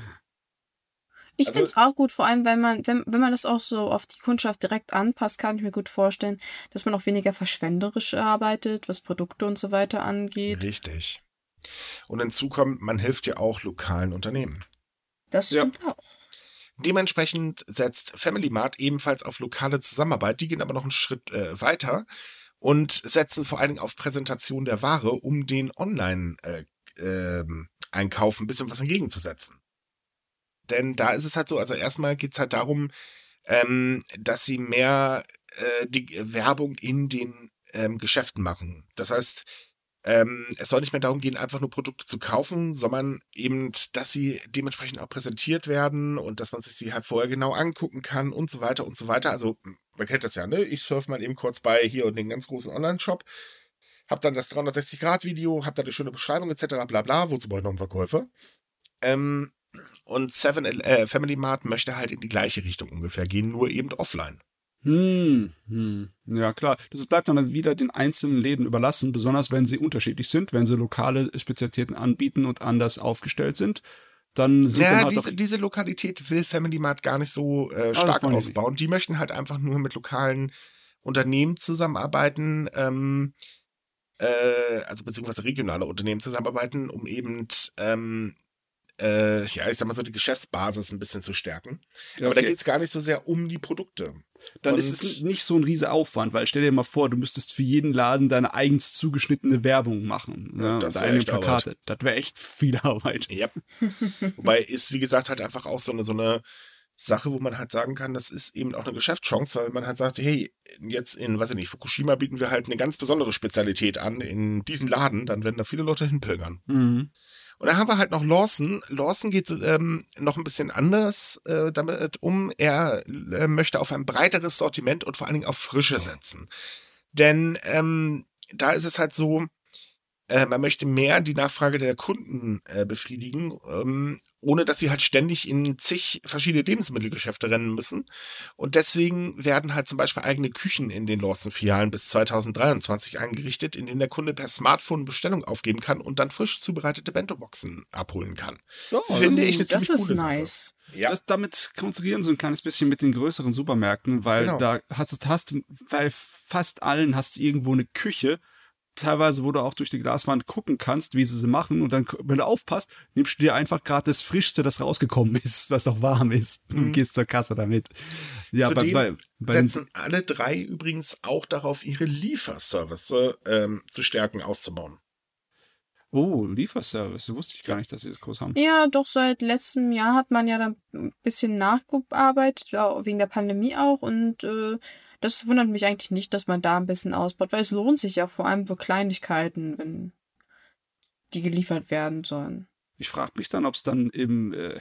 Ich Also- finde es auch gut, vor allem, wenn man, wenn, wenn man das auch so auf die Kundschaft direkt anpasst, kann ich mir gut vorstellen, dass man auch weniger verschwenderisch arbeitet, was Produkte und so weiter angeht. Richtig. Und hinzu kommt, man hilft ja auch lokalen Unternehmen. Das Ja. stimmt auch. Dementsprechend setzt Family Mart ebenfalls auf lokale Zusammenarbeit. Die gehen aber noch einen Schritt äh, weiter und setzen vor allen Dingen auf Präsentation der Ware, um den Online-Einkauf ein bisschen was entgegenzusetzen. Denn da ist es halt so, also erstmal geht es halt darum, ähm, dass sie mehr äh, die Werbung in den ähm, Geschäften machen. Das heißt, Ähm, es soll nicht mehr darum gehen, einfach nur Produkte zu kaufen, sondern eben, dass sie dementsprechend auch präsentiert werden und dass man sich sie halt vorher genau angucken kann und so weiter und so weiter. Also, man kennt das ja, ne? Ich surfe mal eben kurz bei hier und den ganz großen Online-Shop, hab dann das dreihundertsechzig Grad Video, hab da eine schöne Beschreibung et cetera bla bla, wozu brauche ich noch einen Verkäufer? Ähm, und Seven, äh, Family Mart möchte halt in die gleiche Richtung ungefähr gehen, nur eben offline. Hm, hm. Ja, klar. Das bleibt dann wieder den einzelnen Läden überlassen, besonders wenn sie unterschiedlich sind, wenn sie lokale Spezialitäten anbieten und anders aufgestellt sind. Dann sieht Ja, dann halt diese, auch, diese Lokalität will Family Mart gar nicht so äh, Ah, das stark wollen die nicht. ausbauen. Die möchten halt einfach nur mit lokalen Unternehmen zusammenarbeiten, ähm, äh, also beziehungsweise regionale Unternehmen zusammenarbeiten, um eben, ähm, äh, ja, ich sag mal so, die Geschäftsbasis ein bisschen zu stärken. Ja, Aber da okay. geht's gar nicht so sehr um die Produkte. Dann Und ist es nicht so ein riesiger Aufwand, weil stell dir mal vor, du müsstest für jeden Laden deine eigens zugeschnittene Werbung machen. Ja, Ja, das und wär eigene echt Arbeit. Plakate. Das wäre echt viel Arbeit. ja. Wobei ist, wie gesagt, halt einfach auch so eine, so eine Sache, wo man halt sagen kann, das ist eben auch eine Geschäftschance, weil man halt sagt, hey, jetzt in, weiß ich nicht, Fukushima bieten wir halt eine ganz besondere Spezialität an in diesen Laden, dann werden da viele Leute hinpilgern. Mhm. Und dann haben wir halt noch Lawson. Lawson geht ähm, noch ein bisschen anders äh, damit um. Er äh, möchte auf ein breiteres Sortiment und vor allen Dingen auf Frische setzen. Denn ähm, da ist es halt so, äh, man möchte mehr die Nachfrage der Kunden äh, befriedigen, ähm, ohne dass sie halt ständig in zig verschiedene Lebensmittelgeschäfte rennen müssen. Und deswegen werden halt zum Beispiel eigene Küchen in den Lawson-Filialen bis zweitausenddreiundzwanzig eingerichtet, in denen der Kunde per Smartphone eine Bestellung aufgeben kann und dann frisch zubereitete Bento-Boxen abholen kann. Oh, Finde das ich eine ist- Das ziemlich ist coole nice. Sache. Ja, Das, damit konkurrieren sie ein kleines bisschen mit den größeren Supermärkten, weil Genau. da hast du hast, du- bei fast allen hast du irgendwo eine Küche, teilweise, wo du auch durch die Glaswand gucken kannst, wie sie sie machen, und dann, wenn du aufpasst, nimmst du dir einfach gerade das Frischste, das rausgekommen ist, was auch warm ist, und Mhm. gehst zur Kasse damit. Ja, bei, Zudem bei, bei den, setzen alle drei übrigens auch darauf, ihre Lieferservice ähm, zu stärken, auszubauen. oh, Lieferservice, wusste ich gar nicht, dass sie das groß haben. Ja, doch seit letztem Jahr hat man ja da ein bisschen nachgearbeitet, auch wegen der Pandemie auch. Und äh, das wundert mich eigentlich nicht, dass man da ein bisschen ausbaut, weil es lohnt sich ja vor allem für Kleinigkeiten, wenn die geliefert werden sollen. Ich frage mich dann, ob es dann im, äh,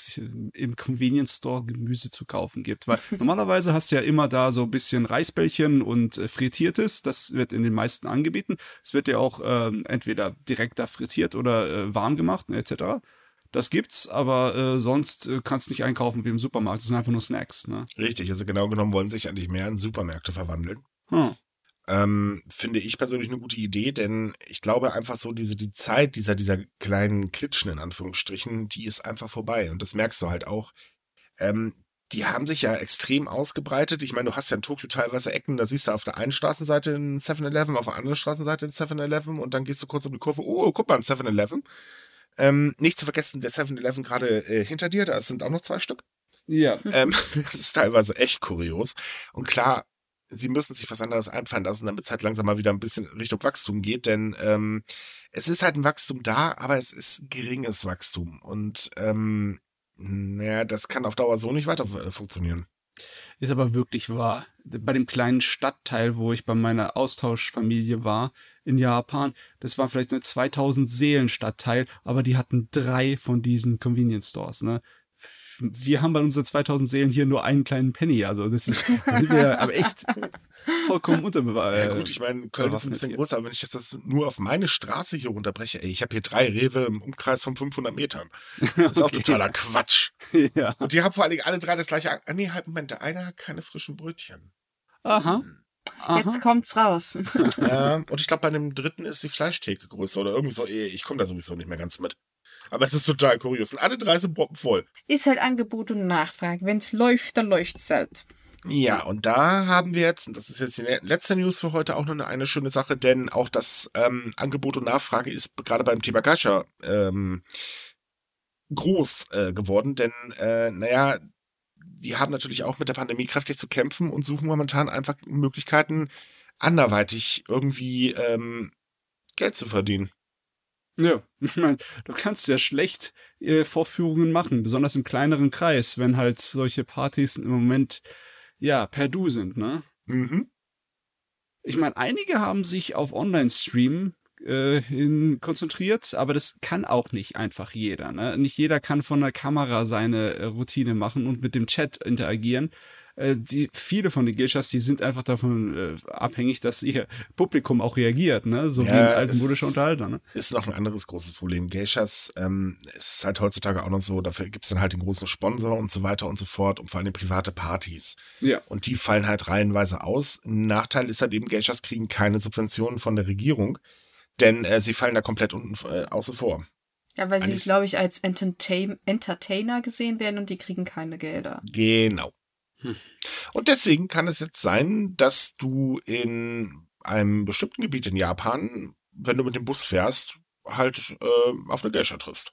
im Convenience Store Gemüse zu kaufen gibt. Weil normalerweise hast du ja immer da so ein bisschen Reisbällchen und äh, Frittiertes. Das wird in den meisten angeboten. Es wird ja auch ähm, entweder direkt da frittiert oder äh, warm gemacht, ne, et cetera. Das gibt's, aber äh, sonst äh, kannst du nicht einkaufen wie im Supermarkt. Das sind einfach nur Snacks. Ne? Richtig, also genau genommen wollen sich eigentlich mehr in Supermärkte verwandeln. Hm. Ähm, finde ich persönlich eine gute Idee, denn ich glaube einfach so, diese, die Zeit dieser, dieser kleinen Klitschen in Anführungsstrichen, die ist einfach vorbei. Und das merkst du halt auch. Ähm, die haben sich ja extrem ausgebreitet. Ich meine, du hast ja in Tokio teilweise Ecken, da siehst du auf der einen Straßenseite ein seven eleven, auf der anderen Straßenseite ein seven eleven und dann gehst du kurz um die Kurve, oh, guck mal, ein seven eleven. Ähm, nicht zu vergessen, der seven eleven gerade äh, hinter dir, da sind auch noch zwei Stück. Ja. Ähm, das ist teilweise echt kurios. Und klar, sie müssen sich was anderes einfallen lassen, damit es halt langsam mal wieder ein bisschen Richtung Wachstum geht, denn ähm, es ist halt ein Wachstum da, aber es ist geringes Wachstum. Und ähm, naja, das kann auf Dauer so nicht weiter äh, funktionieren. Ist aber wirklich wahr. Bei dem kleinen Stadtteil, wo ich bei meiner Austauschfamilie war in Japan, das war vielleicht eine zweitausend Seelen Stadtteil, aber die hatten drei von diesen Convenience Stores, ne? Wir haben bei unseren zweitausend Seelen hier nur einen kleinen Penny, also das ist, da sind wir aber echt vollkommen unterbewacht. Ja gut, ich meine, Köln ist ein bisschen größer, aber wenn ich das nur auf meine Straße hier runterbreche, ey, ich habe hier drei Rewe im Umkreis von fünfhundert Metern. Das ist auch Okay. totaler Quatsch. Ja. Und die haben vor allen Dingen alle drei das gleiche. Ah, nee, halt, Moment, der eine hat keine frischen Brötchen. Aha. Aha. Jetzt kommt's raus. Ja, und ich glaube, bei dem dritten ist die Fleischtheke größer oder irgendwie so. Ey, ich komme da sowieso nicht mehr ganz mit. Aber es ist total kurios. Und alle drei sind proppenvoll. Ist halt Angebot und Nachfrage. Wenn's läuft, dann läuft's halt. Ja, und da haben wir jetzt, und das ist jetzt die letzte News für heute, auch noch eine, eine schöne Sache, denn auch das ähm, Angebot und Nachfrage ist gerade beim Thema Gacha ähm, groß äh, geworden, denn, äh, naja, die haben natürlich auch mit der Pandemie kräftig zu kämpfen und suchen momentan einfach Möglichkeiten, anderweitig irgendwie ähm, Geld zu verdienen. Ja, ich meine, du kannst ja schlecht äh, Vorführungen machen, besonders im kleineren Kreis, wenn halt solche Partys im Moment, ja, per Du sind, ne? Mhm. Ich meine, einige haben sich auf Online-Stream äh, hin konzentriert, aber das kann auch nicht einfach jeder. Ne? Nicht jeder kann von der Kamera seine äh, Routine machen und mit dem Chat interagieren. Äh, die, viele von den Geishas, die sind einfach davon äh, abhängig, dass ihr Publikum auch reagiert, ne? So Ja, wie ein altmodischer Unterhalter. Ne? Ist noch ein anderes großes Problem. Geishas ähm, ist halt heutzutage auch noch so, dafür gibt es dann halt den großen Sponsor und so weiter und so fort und vor allem private Partys. Ja. Und die fallen halt reihenweise aus. Ein Nachteil ist halt eben, Geishas kriegen keine Subventionen von der Regierung, denn äh, sie fallen da komplett unten äh, außen vor. Ja, weil sie, Eigentlich- glaube ich, als Entertain Entertainer gesehen werden und die kriegen keine Gelder. Genau. Hm. Und deswegen kann es jetzt sein, dass du in einem bestimmten Gebiet in Japan, wenn du mit dem Bus fährst, halt äh, auf eine Geisha triffst.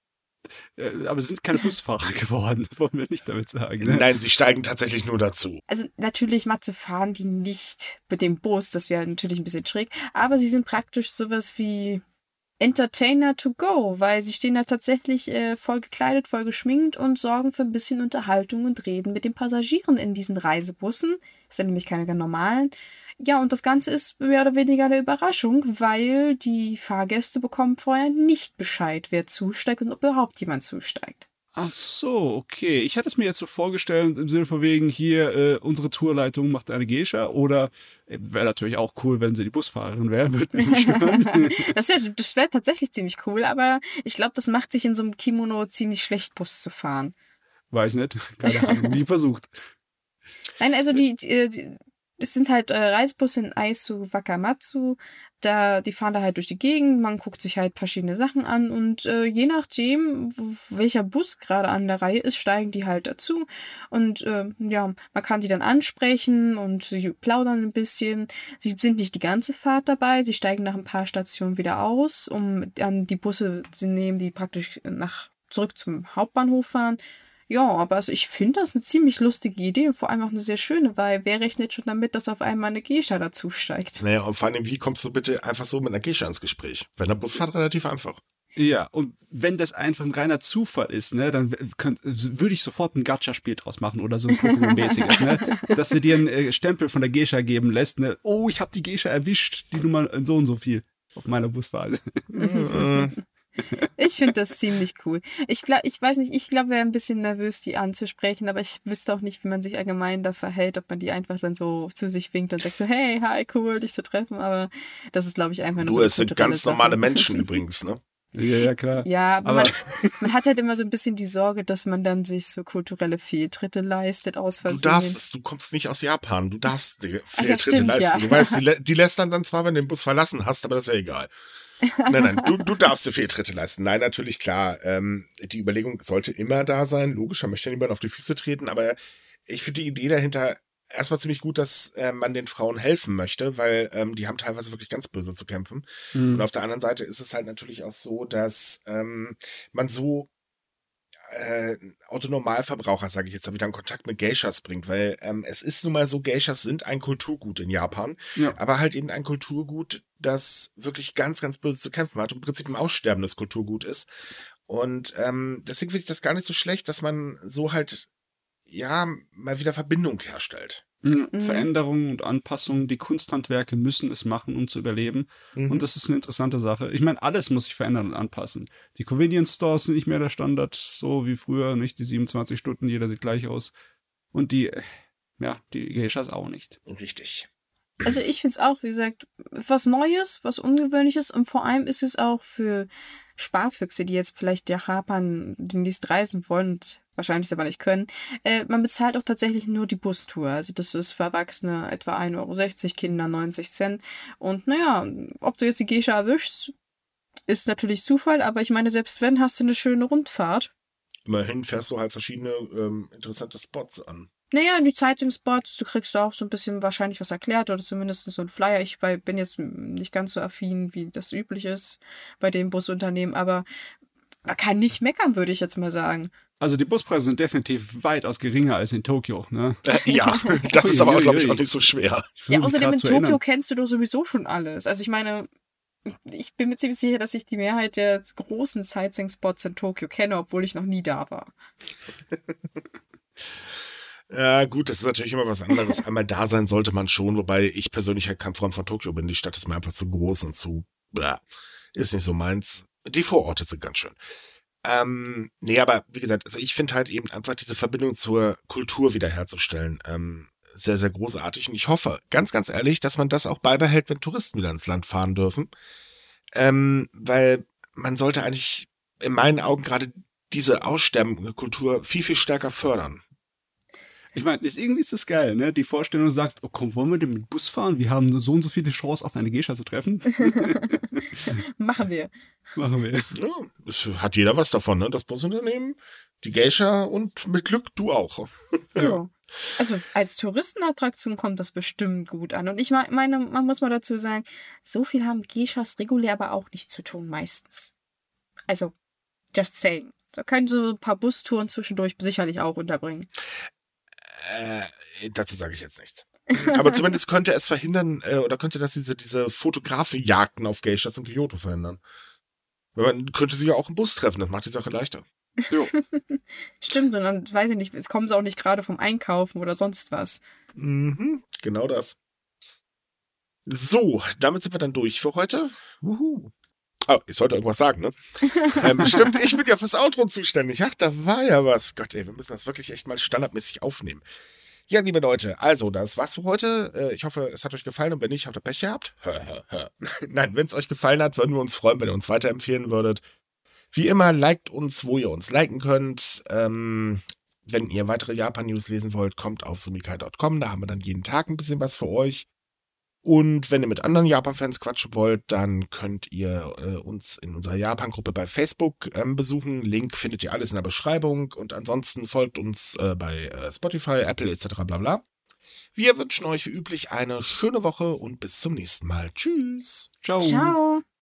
Äh, aber sie sind keine Busfahrer geworden, das wollen wir nicht damit sagen. Ne? Nein, sie steigen tatsächlich nur dazu. Also natürlich, Matze, fahren die nicht mit dem Bus, das wäre natürlich ein bisschen schräg, aber sie sind praktisch sowas wie Entertainer to go, weil sie stehen da tatsächlich äh, voll gekleidet, voll geschminkt und sorgen für ein bisschen Unterhaltung und Reden mit den Passagieren in diesen Reisebussen. Das sind nämlich keine ganz normalen. Ja, und das Ganze ist mehr oder weniger eine Überraschung, weil die Fahrgäste bekommen vorher nicht Bescheid, wer zusteigt und ob überhaupt jemand zusteigt. Ach so, okay. Ich hatte es mir jetzt so vorgestellt, im Sinne von wegen, hier, äh, unsere Tourleitung macht eine Geisha, oder äh, wäre natürlich auch cool, wenn sie die Busfahrerin wäre, würde mich nicht stören. Das wäre das wär tatsächlich ziemlich cool, aber ich glaube, das macht sich in so einem Kimono ziemlich schlecht, Bus zu fahren. Weiß nicht, keine Ahnung, nie versucht. Nein, also die, die, die es sind halt äh, Reisebusse in Aizu Wakamatsu, da, die fahren da halt durch die Gegend, man guckt sich halt verschiedene Sachen an und äh, je nachdem, welcher Bus gerade an der Reihe ist, steigen die halt dazu und äh, ja, man kann die dann ansprechen und sie plaudern ein bisschen. Sie sind nicht die ganze Fahrt dabei, sie steigen nach ein paar Stationen wieder aus, um dann die Busse zu nehmen, die praktisch nach zurück zum Hauptbahnhof fahren. Ja, aber also ich finde das eine ziemlich lustige Idee und vor allem auch eine sehr schöne, weil wer rechnet schon damit, dass auf einmal eine Geisha dazu steigt? Naja, und vor allem, wie kommst du bitte einfach so mit einer Geisha ins Gespräch? Bei einer Busfahrt relativ einfach. Ja, und wenn das einfach ein reiner Zufall ist, ne, dann könnt, würde ich sofort ein Gacha-Spiel draus machen oder so ein Pokémon-mäßiges, ne, dass du dir einen äh, Stempel von der Geisha geben lässt, ne, oh, ich habe die Geisha erwischt, die Nummer so und so viel auf meiner Busfahrt. Ich finde das ziemlich cool. Ich glaube, ich weiß nicht, ich glaube, wäre ein bisschen nervös, die anzusprechen, aber ich wüsste auch nicht, wie man sich allgemein da verhält, ob man die einfach dann so zu sich winkt und sagt so, hey, hi, cool, dich zu treffen, aber das ist, glaube ich, einfach nur Du, so eine es sind kulturelle ganz Sache. normale Menschen übrigens, ne? Ja, ja, klar. Ja, aber, Aber- man, man hat halt immer so ein bisschen die Sorge, dass man dann sich so kulturelle Fehltritte leistet aus Du Versehen. darfst es, du kommst nicht aus Japan, du darfst dir Ach ja, Fehltritte stimmt, leisten. ja. Du weißt, die, lä- die lästern dann zwar, wenn du den Bus verlassen hast, aber das ist ja egal. Nein, nein, du, du darfst dir Fehltritte leisten. Nein, natürlich, klar. Ähm, die Überlegung sollte immer da sein. Logisch, man möchte ja niemand auf die Füße treten, aber ich finde die Idee dahinter erstmal ziemlich gut, dass äh, man den Frauen helfen möchte, weil ähm, die haben teilweise wirklich ganz böse zu kämpfen. Und Mhm. auf der anderen Seite ist es halt natürlich auch so, dass ähm, man so äh, Autonormalverbraucher, sage ich jetzt, wieder in Kontakt mit Geishas bringt, weil ähm, es ist nun mal so, Geishas sind ein Kulturgut in Japan, Ja. aber halt eben ein Kulturgut, das wirklich ganz, ganz böse zu kämpfen hat und im Prinzip ein aussterbendes Kulturgut ist. Und ähm, deswegen finde ich das gar nicht so schlecht, dass man so halt, ja, mal wieder Verbindung herstellt. Mhm. Mhm. Veränderungen und Anpassungen, die Kunsthandwerke müssen es machen, um zu überleben. Mhm. Und das ist eine interessante Sache. Ich meine, alles muss sich verändern und anpassen. Die Convenience Stores sind nicht mehr der Standard, so wie früher, nicht die siebenundzwanzig Stunden, jeder sieht gleich aus. Und die, äh, ja, die Geishas auch nicht. Richtig. Also ich finde es auch, wie gesagt, was Neues, was Ungewöhnliches und vor allem ist es auch für Sparfüchse, die jetzt vielleicht nach Japan demnächst reisen wollen und wahrscheinlich es aber nicht können. Äh, man bezahlt auch tatsächlich nur die Bustour. Also das ist für Erwachsene etwa ein Euro sechzig, Kinder neunzig Cent. Und naja, ob du jetzt die Geisha erwischst, ist natürlich Zufall, aber ich meine, selbst wenn, hast du eine schöne Rundfahrt. Immerhin fährst du halt verschiedene ähm, interessante Spots an. Naja, die Zeitungspots, du kriegst auch so ein bisschen wahrscheinlich was erklärt oder zumindest so ein Flyer. Ich bei- bin jetzt nicht ganz so affin, wie das üblich ist bei dem Busunternehmen, aber man kann nicht meckern, würde ich jetzt mal sagen. Also die Buspreise sind definitiv weitaus geringer als in Tokio. Ne? Äh, ja, das ist aber, Ui, ui, glaube ich, ui. auch nicht so schwer. Ich Ja, versuche mich außerdem grad in zu Tokio erinnern. kennst du doch sowieso schon alles. Also ich meine, ich bin mir ziemlich sicher, dass ich die Mehrheit der großen Sightseeing-Spots in Tokio kenne, obwohl ich noch nie da war. Ja, gut, das ist natürlich immer was anderes. Einmal da sein sollte man schon, wobei ich persönlich halt kein Freund von Tokio bin. Die Stadt ist mir einfach zu groß und zu blah, ist nicht so meins. Die Vororte sind ganz schön. Ähm, nee, aber wie gesagt, also ich finde halt eben einfach diese Verbindung zur Kultur wiederherzustellen, ähm, sehr, sehr großartig. Und ich hoffe, ganz, ganz ehrlich, dass man das auch beibehält, wenn Touristen wieder ins Land fahren dürfen. Ähm, weil man sollte eigentlich in meinen Augen gerade diese aussterbende Kultur viel, viel stärker fördern. Ich meine, ist, irgendwie ist das geil, ne? Die Vorstellung, du sagst, oh komm, wollen wir denn mit Bus fahren? Wir haben so und so viele Chance, auf eine Geisha zu treffen. Machen wir. Machen wir. Ja, es hat jeder was davon, ne? Das Busunternehmen, die Geisha und mit Glück du auch. Ja. Also als Touristenattraktion kommt das bestimmt gut an. Und ich meine, man muss mal dazu sagen, so viel haben Geishas regulär aber auch nicht zu tun, meistens. Also, just saying. Da können so ein paar Bustouren zwischendurch sicherlich auch unterbringen. Äh, dazu sage ich jetzt nichts. Aber zumindest könnte es verhindern, äh, oder könnte das diese, diese Fotografenjagden auf Geishas in Kyoto verhindern. Weil man könnte sie ja auch im Bus treffen, das macht die Sache leichter. Jo. Stimmt, und dann weiß ich nicht, es kommen sie auch nicht gerade vom Einkaufen oder sonst was. Mhm, genau das. So, damit sind wir dann durch für heute. Wuhu. Oh, ich sollte irgendwas sagen, ne? ähm, stimmt, ich bin ja fürs Outro zuständig. Ach, da war ja was. Gott, ey, wir müssen das wirklich echt mal standardmäßig aufnehmen. Ja, liebe Leute, also, das war's für heute. Äh, ich hoffe, es hat euch gefallen und wenn nicht, habt ihr Pech gehabt. Nein, wenn es euch gefallen hat, würden wir uns freuen, wenn ihr uns weiterempfehlen würdet. Wie immer, liked uns, wo ihr uns liken könnt. Ähm, wenn ihr weitere Japan-News lesen wollt, kommt auf sumikai Punkt com. Da haben wir dann jeden Tag ein bisschen was für euch. Und wenn ihr mit anderen Japan-Fans quatschen wollt, dann könnt ihr äh, uns in unserer Japan-Gruppe bei Facebook ähm, besuchen. Link findet ihr alles in der Beschreibung. Und ansonsten folgt uns äh, bei äh, Spotify, Apple et cetera bla bla. Wir wünschen euch wie üblich eine schöne Woche und bis zum nächsten Mal. Tschüss. Ciao. Ciao.